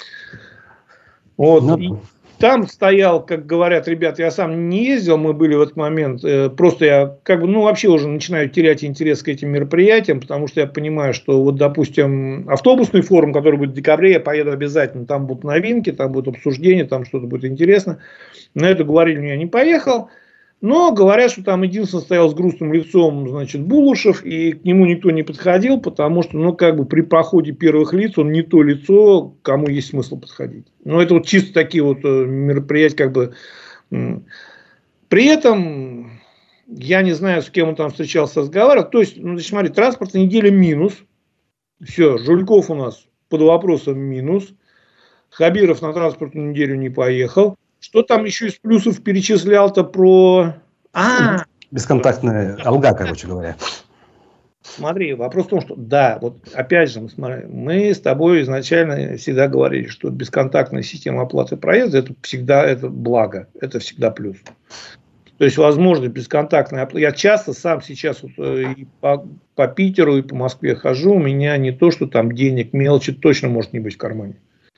B: Вот. И там стоял, как говорят ребята, я сам не ездил, мы были в этот момент, просто я как бы, ну, вообще уже начинаю терять интерес к этим мероприятиям, потому что я понимаю, что вот, допустим, автобусный форум, который будет в декабре, я поеду обязательно, там будут новинки, там будут обсуждения, там что-то будет интересно. На это говорили, я не поехал. Но говорят, что там единственное стоял с грустным лицом, значит, Булушев, и к нему никто не подходил, потому что, ну, как бы при проходе первых лиц он не то лицо, кому есть смысл подходить. Но это вот чисто такие вот мероприятия, как бы. При этом, я не знаю, с кем он там встречался, разговаривал. То есть, ну, смотри, транспортная неделя минус. Все, Жульков у нас под вопросом минус. Хабиров на транспортную неделю не поехал. Что там еще из плюсов перечислял-то про...
A: Бесконтактная алга, короче говоря.
B: Смотри, вопрос в том, что да, вот опять же, мы с тобой изначально всегда говорили, что бесконтактная система оплаты проезда это всегда это благо, это всегда плюс. То есть, возможно, бесконтактная оплата. Я часто сам сейчас вот и по Питеру, и по Москве хожу, у меня не то, что там денег, мелочи точно может не быть в кармане.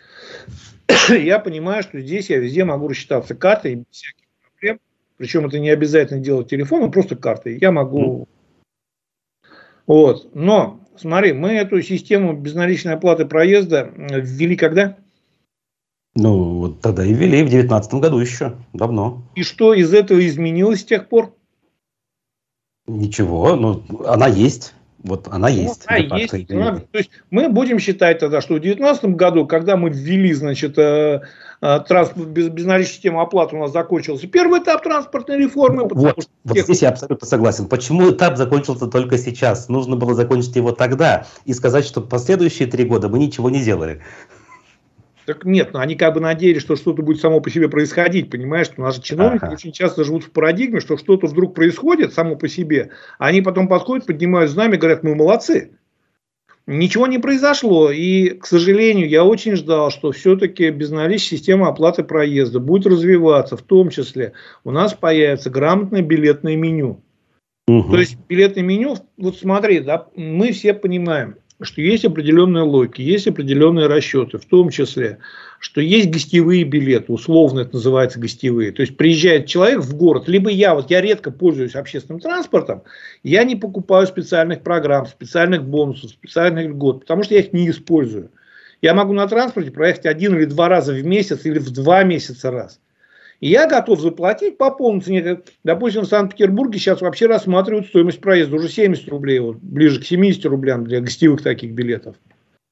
B: Я понимаю, что здесь я везде могу рассчитаться картой без всяких проблем. Причем это не обязательно делать телефоном, просто картой. Я могу... Вот. Но, смотри, мы эту систему безналичной оплаты проезда ввели когда?
A: Ну, вот тогда и ввели, в 2019 году еще, давно.
B: И что из этого изменилось с тех пор?
A: Ничего, ну, она есть. Вот она есть.
B: Она есть. То есть мы будем считать тогда, что в 2019 году, когда мы ввели, значит, безналичную систему оплаты, у нас закончился первый этап транспортной реформы.
A: Вот здесь я абсолютно согласен. Почему этап закончился только сейчас? Нужно было закончить его тогда и сказать, что последующие 3 года мы ничего не делали.
B: Так нет, но они как бы надеялись, что что-то будет само по себе происходить, понимаешь, что наши чиновники очень часто живут в парадигме, что что-то вдруг происходит само по себе, а они потом подходят, поднимают знамя и говорят, мы молодцы. Ничего не произошло, и, к сожалению, я очень ждал, что все-таки безналичная система оплаты проезда будет развиваться, в том числе у нас появится грамотное билетное меню. То есть билетное меню, вот смотри, да, мы все понимаем, что есть определенные логики, есть определенные расчеты, в том числе, что есть гостевые билеты, условно это называется гостевые. То есть приезжает человек в город, либо я редко пользуюсь общественным транспортом, я не покупаю специальных программ, специальных бонусов, специальных льгот, потому что я их не использую. Я могу на транспорте проехать 1 или 2 раза в месяц или в 2 месяца раз. И я готов заплатить по полной цене. Допустим, в Санкт-Петербурге сейчас вообще рассматривают стоимость проезда уже 70 рублей, вот, ближе к 70 рублям для гостевых таких билетов.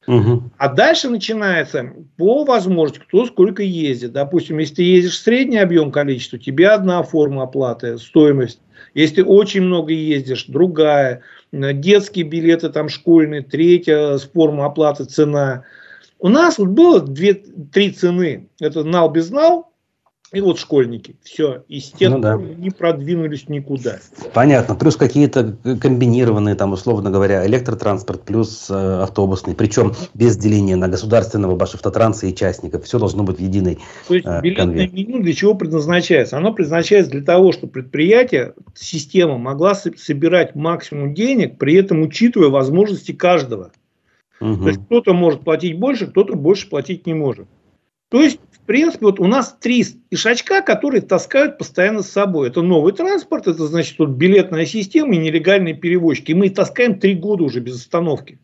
B: А дальше начинается по возможности, кто сколько ездит. Допустим, если ты ездишь средний объем количества, у тебя одна форма оплаты, стоимость. Если ты очень много ездишь, другая. Детские билеты там школьные, третья форма оплаты, цена. У нас вот было 2-3 цены. Это нал без нал. И вот школьники. Все. И с тех пор не продвинулись никуда.
A: Понятно. Плюс какие-то комбинированные, там, условно говоря, электротранспорт плюс автобусный. Причем без деления на государственного, Башавтотранса и частников. Все должно быть в единой
B: То есть билетное меню для чего предназначается? Оно предназначается для того, чтобы предприятие, система могла собирать максимум денег, при этом учитывая возможности каждого. То есть кто-то может платить больше, кто-то больше платить не может. То есть, в принципе, вот у нас 3 ишачка, которые таскают постоянно с собой. Это новый транспорт, это значит вот билетная система и нелегальные перевозчики. И мы их таскаем 3 года уже без остановки.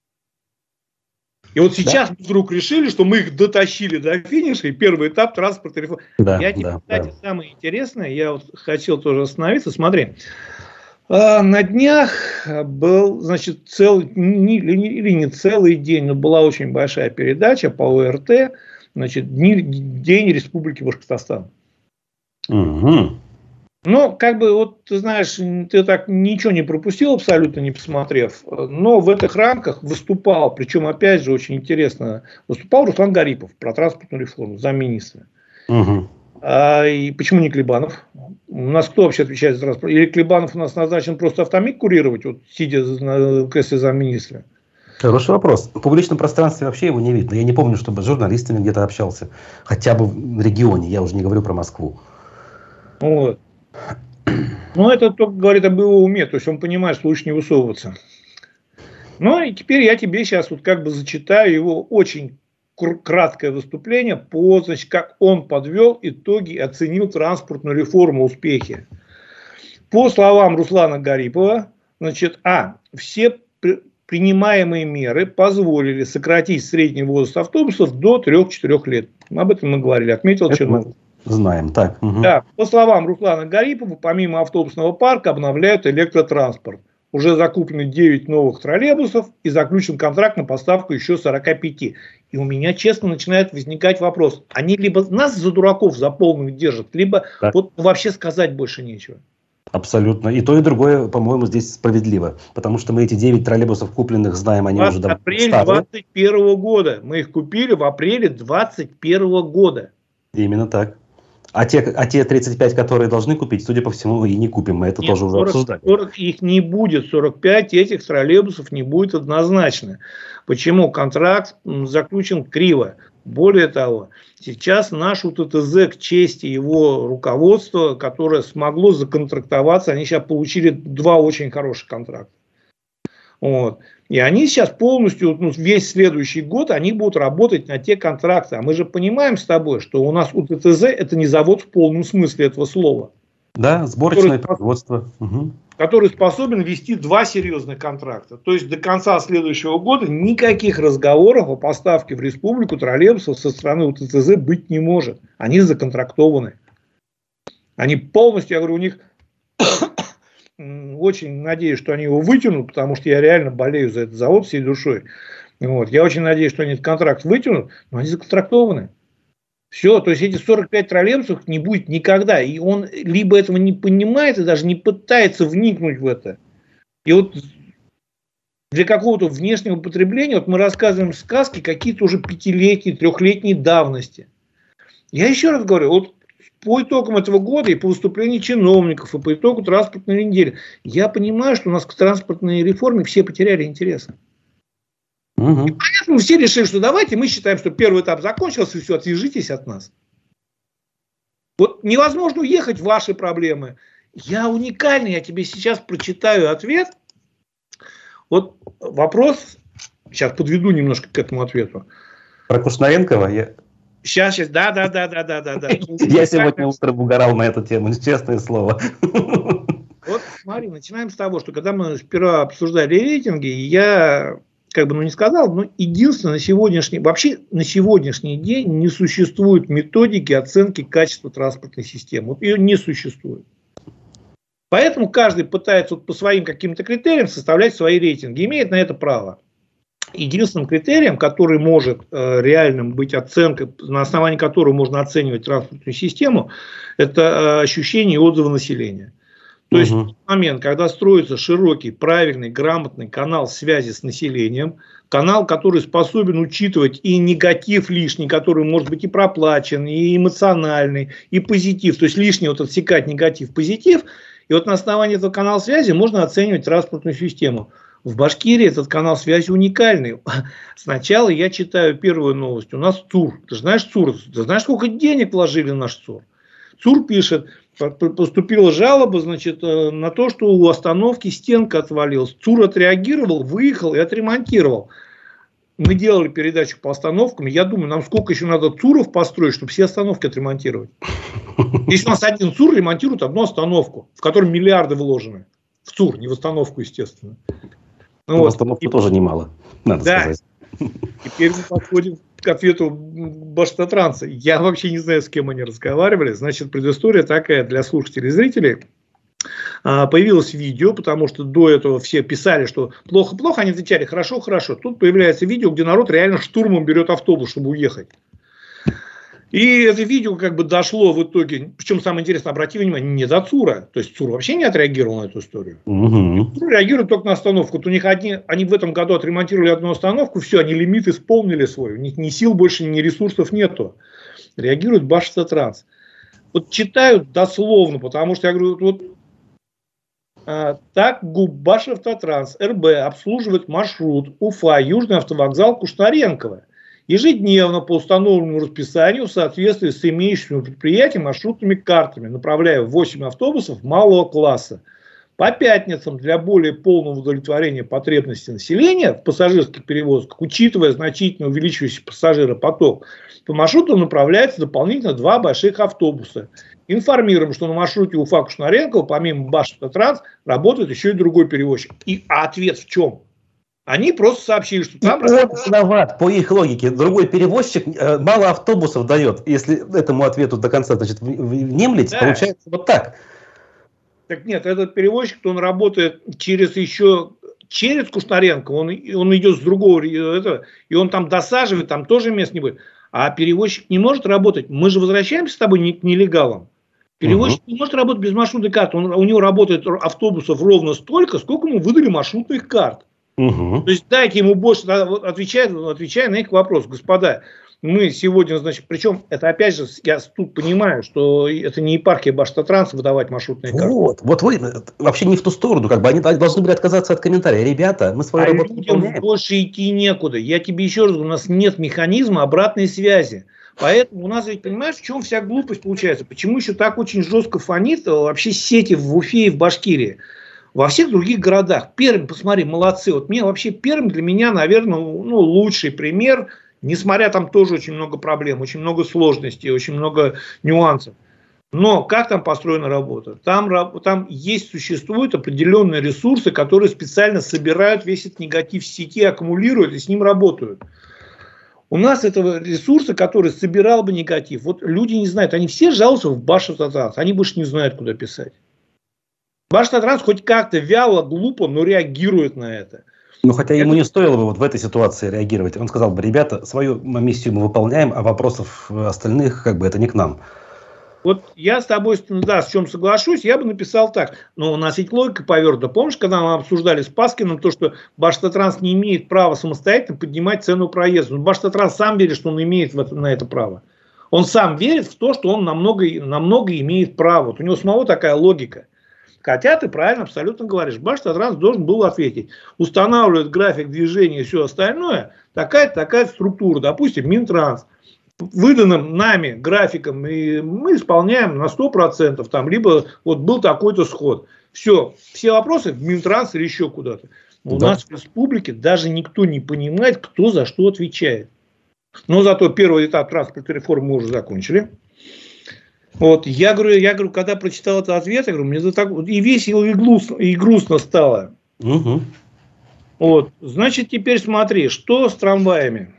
B: И вот сейчас мы вдруг решили, что мы их дотащили до финиша, и первый этап транспортной реформы. Кстати, самое интересное, я вот хотел тоже остановиться, смотри. На днях был, значит, целый, или не целый день, но была очень большая передача по ОРТ, значит, День Республики Башкортостан. Но, как бы, вот, ты знаешь, ты так ничего не пропустил, абсолютно не посмотрев. Но в этих рамках выступал, причем, опять же, очень интересно, выступал Руслан Гарипов про транспортную реформу, замминистра. И почему не Клебанов? У нас кто вообще отвечает за транспорт? Или Клебанов у нас назначен просто автомик курировать, вот, сидя на кресле замминистра?
A: Хороший вопрос. В публичном пространстве вообще его не видно. Я не помню, чтобы с журналистами где-то общался. Хотя бы в регионе. Я уже не говорю про Москву.
B: Вот. Ну, это только говорит об его уме. То есть, он понимает, что лучше не высовываться. Ну, и теперь я тебе сейчас вот как бы зачитаю его очень краткое выступление по, значит, как он подвел итоги и оценил транспортную реформу, успехи. По словам Руслана Гарипова, значит, все принимаемые меры позволили сократить средний возраст автобусов до 3-4 лет. Об этом мы говорили, отметил Чернов.
A: Знаем, так.
B: Да, по словам Руслана Гарипова, помимо автобусного парка обновляют электротранспорт. Уже закуплены 9 новых троллейбусов и заключен контракт на поставку еще 45. И у меня, честно, начинает возникать вопрос. Они либо нас за дураков за полных держат, либо вот вообще сказать больше нечего.
A: Абсолютно. И то, и другое, по-моему, здесь справедливо. Потому что мы эти 9 троллейбусов купленных знаем, они уже давно
B: апрель 2021 года. Мы их купили в апреле 2021 года.
A: Именно так. А те 35, которые должны купить, судя по всему, и не купим. Мы это тоже уже обсуждали.
B: 40 их не будет. 45 этих троллейбусов не будет однозначно. Почему? Контракт заключен криво. Более того, сейчас наш УТТЗ, к чести его руководства, которое смогло законтрактоваться, они сейчас получили 2 очень хороших контракта. Вот. И они сейчас полностью, весь следующий год, они будут работать на те контракты. А мы же понимаем с тобой, что у нас УТТЗ это не завод в полном смысле этого слова.
A: Да, сборочное производство.
B: Который способен вести 2 серьезных контракта. То есть до конца следующего года никаких разговоров о поставке в республику троллейбусов со стороны УТТЗ быть не может. Они законтрактованы. Они полностью, я говорю, у них очень надеюсь, что они его вытянут, потому что я реально болею за этот завод всей душой. Вот. Я очень надеюсь, что они этот контракт вытянут, но они законтрактованы. Все, то есть эти 45 троллейбусов не будет никогда. И он либо этого не понимает и даже не пытается вникнуть в это. И вот для какого-то внешнего потребления вот мы рассказываем сказки какие-то уже 5-летние, 3-летней давности. Я еще раз говорю, вот по итогам этого года и по выступлению чиновников, и по итогу транспортной недели, я понимаю, что у нас к транспортной реформе все потеряли интерес. И поэтому все решили, что давайте мы считаем, что первый этап закончился, и все, отвяжитесь от нас. Вот невозможно уехать в ваши проблемы. Я уникальный, я тебе сейчас прочитаю ответ. Вот вопрос, сейчас подведу немножко к этому ответу.
A: Про Кушнаренкова?
B: Сейчас, да.
A: Я сегодня утром угорал на эту тему, честное слово.
B: Вот смотри, начинаем с того, что когда мы сперва обсуждали рейтинги, я не сказал, но единственное, вообще на сегодняшний день не существует методики оценки качества транспортной системы. Вот ее не существует. Поэтому каждый пытается по своим каким-то критериям составлять свои рейтинги. Имеет на это право. Единственным критерием, который может реальным быть оценкой, на основании которого можно оценивать транспортную систему, это ощущение и отзывы населения. То есть в момент, когда строится широкий, правильный, грамотный канал связи с населением, канал, который способен учитывать и негатив лишний, который может быть и проплачен, и эмоциональный, и позитив, то есть лишний вот отсекать негатив, позитив, и вот на основании этого канала связи можно оценивать транспортную систему. В Башкирии этот канал связи уникальный. Сначала я читаю первую новость. У нас ЦУР. Ты же знаешь ЦУР? Ты знаешь, сколько денег вложили в наш ЦУР? ЦУР пишет, поступила жалоба, значит, на то, что у остановки стенка отвалилась. ЦУР отреагировал, выехал и отремонтировал. Мы делали передачу по остановкам. Я думаю, нам сколько еще надо ЦУРов построить, чтобы все остановки отремонтировать. Если у нас один ЦУР ремонтирует одну остановку, в которой миллиарды вложены. В ЦУР, не в остановку, естественно.
A: Ну, вот. Остановку тоже немало, надо сказать.
B: Теперь мы подходим к ответу Башавтотранса. Я вообще не знаю, с кем они разговаривали. Значит, предыстория такая для слушателей и зрителей. Появилось видео, потому что до этого все писали, что плохо-плохо, они отвечали хорошо-хорошо. Тут появляется видео, где народ реально штурмом берет автобус, чтобы уехать. И это видео как бы дошло в итоге, причем самое интересное, обрати внимание, не до ЦУРа. То есть ЦУР вообще не отреагировал на эту историю. ЦУР реагирует только на остановку. Вот у них они в этом году отремонтировали одну остановку, все, они лимит исполнили свой. У них ни сил больше, ни ресурсов нету. Реагирует Башавтотранс. Вот читают дословно, потому что я говорю, вот так ГУП Башавтотранс РБ обслуживает маршрут Уфа, Южный автовокзал Кушнаренково. Ежедневно по установленному расписанию в соответствии с имеющимися предприятием маршрутными картами, направляя 8 автобусов малого класса. По пятницам для более полного удовлетворения потребностей населения в пассажирских перевозках, учитывая значительно увеличивающийся пассажиропоток, по маршруту направляется дополнительно 2 больших автобуса. Информируем, что на маршруте Уфа-Кушнаренково помимо Башавтотранс работает еще и другой перевозчик. А ответ в чем? Они просто сообщили, что там...
A: Он виноват, по их логике. Другой перевозчик мало автобусов дает. Если этому ответу до конца, значит, внемлете, да. Получается вот так.
B: Так нет, этот перевозчик, он работает через Кушнаренко, он идет с другого, и он там досаживает, там тоже мест не будет. А перевозчик не может работать. Мы же возвращаемся с тобой к нелегалам. Перевозчик не может работать без маршрутной карты. У него работает автобусов ровно столько, сколько ему выдали маршрутных карт. То есть дайте ему больше, отвечая на их вопрос. Господа, мы сегодня, значит, причем это опять же, я тут понимаю, что это не епархия Башавтотранса выдавать маршрутные карты.
A: Вот вы вообще не в ту сторону, как бы они должны были отказаться от комментария. Ребята, мы свою работу
B: выполняем. Больше идти некуда. Я тебе еще раз говорю, у нас нет механизма обратной связи. Поэтому у нас ведь, понимаешь, в чем вся глупость получается? Почему еще так очень жестко фонит вообще сети в Уфе и в Башкирии? Во всех других городах. Пермь, посмотри, молодцы. Вот мне вообще Пермь для меня, наверное, лучший пример. Несмотря там тоже очень много проблем, очень много сложностей, очень много нюансов. Но как там построена работа? Там существуют определенные ресурсы, которые специально собирают весь этот негатив в сети, аккумулируют и с ним работают. У нас этого ресурса, который собирал бы негатив, вот люди не знают, они все жалуются в Башавтотранс, они больше не знают, куда писать. Башавтотранс хоть как-то вяло, глупо, но реагирует на это.
A: Ну, хотя ему не стоило бы вот в этой ситуации реагировать. Он сказал бы, ребята, свою миссию мы выполняем, а вопросов остальных, как бы, это не к нам.
B: Вот я с тобой, да, с чем соглашусь, я бы написал так. Но у нас ведь логика повернута. Помнишь, когда мы обсуждали с Паскиным то, что Башавтотранс не имеет права самостоятельно поднимать цену проезда. Башавтотранс сам верит, что он имеет на это право. Он сам верит в то, что он намного имеет право. Вот у него самого такая логика. Хотя ты правильно абсолютно говоришь. Башавтотранс должен был ответить. Устанавливает график движения и все остальное. Такая структура. Допустим, Минтранс. Выданным нами графиком. И мы исполняем на 100%. Там, либо вот был такой-то сход. Все вопросы в Минтранс или еще куда-то. У нас в республике даже никто не понимает, кто за что отвечает. Но зато первый этап транспортной реформы мы уже закончили. Вот, я говорю, когда прочитал этот ответ, я говорю, мне так и весело, и грустно стало. Вот, значит, теперь смотри, что с трамваями.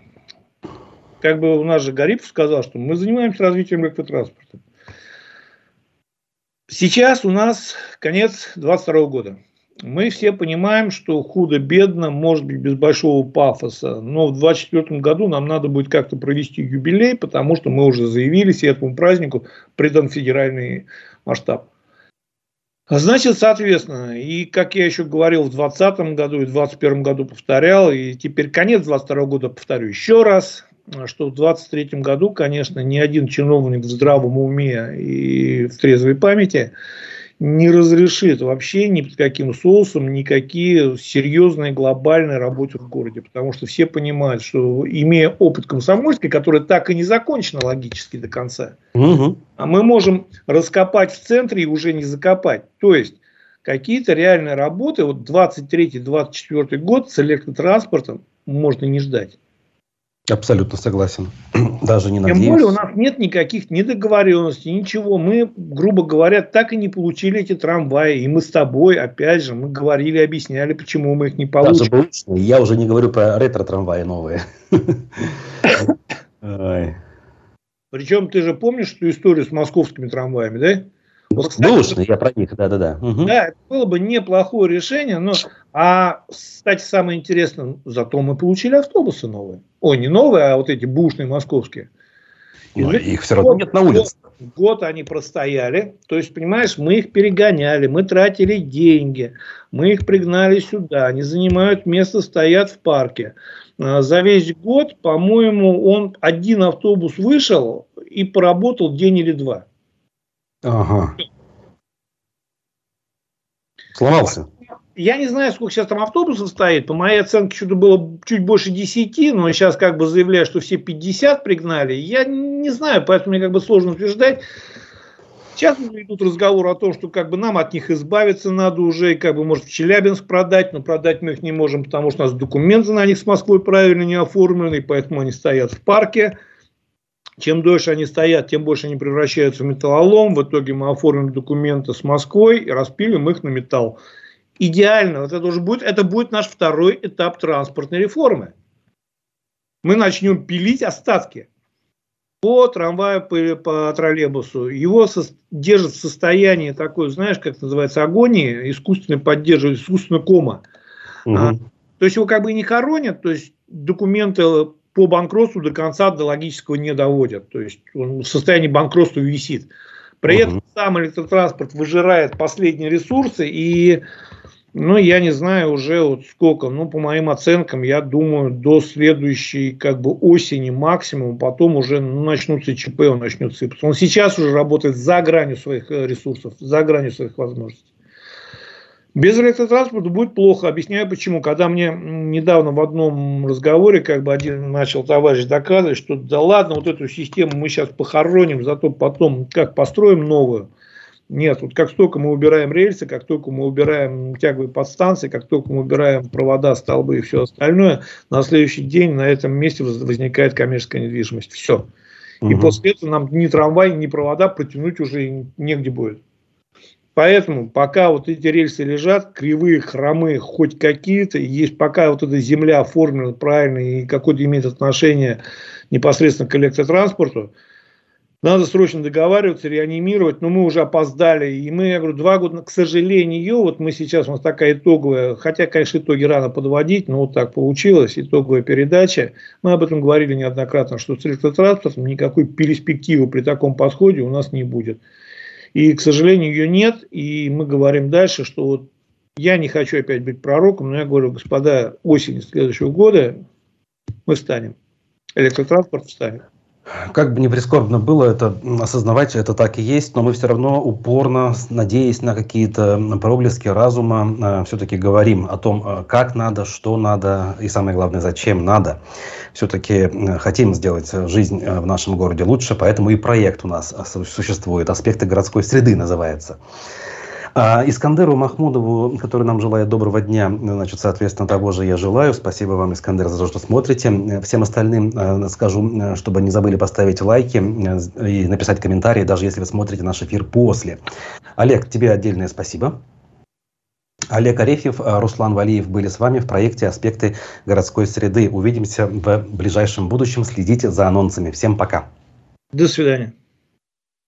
B: Как бы у нас же Гарипов сказал, что мы занимаемся развитием электротранспорта. Сейчас у нас конец 2022 года. Мы все понимаем, что худо-бедно, может быть, без большого пафоса, но в 2024 году нам надо будет как-то провести юбилей, потому что мы уже заявились, и этому празднику придан федеральный масштаб. Значит, соответственно, и как я еще говорил в 2020 году и в 2021 году повторял, и теперь конец 2022 года повторю еще раз, что в 2023 году, конечно, ни один чиновник в здравом уме и в трезвой памяти не разрешит вообще ни под каким соусом никакие серьезные глобальные работы в городе. Потому что все понимают, что имея опыт комсомольской, который так и не закончен логически до конца, а мы можем раскопать в центре и уже не закопать. То есть какие-то реальные работы, вот 23-24 год с электротранспортом можно не ждать.
A: Абсолютно согласен. Даже не надеюсь.
B: Тем более у нас нет никаких недоговоренностей, ничего. Мы, грубо говоря, так и не получили эти трамваи. И мы с тобой, опять же, мы говорили, объясняли, почему мы их не получим.
A: Даже я уже не говорю про ретро-трамваи новые.
B: Причем ты же помнишь эту историю с московскими трамваями, да?
A: Вот, кстати, я про них, да.
B: Да, это было бы неплохое решение, но, кстати, самое интересное, зато мы получили автобусы новые. Ой, не новые, а вот эти бушные московские.
A: Их все равно нет на улице.
B: Год они простояли, то есть, понимаешь, мы их перегоняли, мы тратили деньги, мы их пригнали сюда, они занимают место, стоят в парке. За весь год, по-моему, один автобус вышел и поработал день или два.
A: Ага. Сломался.
B: Я не знаю, сколько сейчас там автобусов стоит. По моей оценке, что-то было чуть больше 10, но сейчас как бы заявляют, что все 50 пригнали. Я не знаю, поэтому мне как бы сложно утверждать. Сейчас идут разговоры о том, что как бы нам от них избавиться надо уже, и как бы может в Челябинск продать, но продать мы их не можем, потому что у нас документы на них с Москвой правильно не оформлены, поэтому они стоят в парке. Чем дольше они стоят, тем больше они превращаются в металлолом. В итоге мы оформим документы с Москвой и распилим их на металл. Идеально. Вот это будет наш второй этап транспортной реформы. Мы начнем пилить остатки по трамваю, по троллейбусу. Его держит в состоянии такой, знаешь, как называется, агонии, искусственно поддерживает, искусственно кома. То есть его как бы не хоронят, то есть документы по банкротству до конца до логического не доводят. То есть он в состоянии банкротства висит. При этом сам электротранспорт выжирает последние ресурсы. И, я не знаю уже вот сколько. По моим оценкам, я думаю, до следующей как бы осени максимум. Потом уже начнутся ЧП, он начнет сыпаться. Он сейчас уже работает за гранью своих ресурсов, за гранью своих возможностей. Без электротранспорта будет плохо. Объясняю почему. Когда мне недавно в одном разговоре как бы один начал товарищ доказывать, что да ладно, вот эту систему мы сейчас похороним, зато потом как построим новую. Нет, вот как только мы убираем рельсы, как только мы убираем тяговые подстанции, как только мы убираем провода, столбы и все остальное, на следующий день на этом месте возникает коммерческая недвижимость. Все. И после этого нам ни трамвай, ни провода протянуть уже негде будет. Поэтому пока вот эти рельсы лежат, кривые, хромые, хоть какие-то, есть пока вот эта земля оформлена правильно и какое-то имеет отношение непосредственно к электротранспорту, надо срочно договариваться, реанимировать, но мы уже опоздали. И мы, я говорю, 2 года, к сожалению, вот мы сейчас, у нас такая итоговая, хотя, конечно, итоги рано подводить, но вот так получилось, итоговая передача. Мы об этом говорили неоднократно, что с электротранспортом никакой перспективы при таком подходе у нас не будет. И, к сожалению, ее нет. И мы говорим дальше, что вот я не хочу опять быть пророком, но я говорю, господа, осенью следующего года мы встанем. Электротранспорт встанет.
A: Как бы не прискорбно было это осознавать, это так и есть, но мы все равно упорно, надеясь на какие-то проблески разума, все-таки говорим о том, как надо, что надо и, самое главное, зачем надо. Все-таки хотим сделать жизнь в нашем городе лучше, поэтому и проект у нас существует, «Аспекты городской среды» называется. Искандеру Махмудову, который нам желает доброго дня, значит, соответственно, того же я желаю. Спасибо вам, Искандер, за то, что смотрите. Всем остальным скажу, чтобы не забыли поставить лайки и написать комментарии, даже если вы смотрите наш эфир после. Олег, тебе отдельное спасибо. Олег Арефьев, Руслан Валиев были с вами в проекте «Аспекты городской среды». Увидимся в ближайшем будущем. Следите за анонсами. Всем пока.
B: До свидания.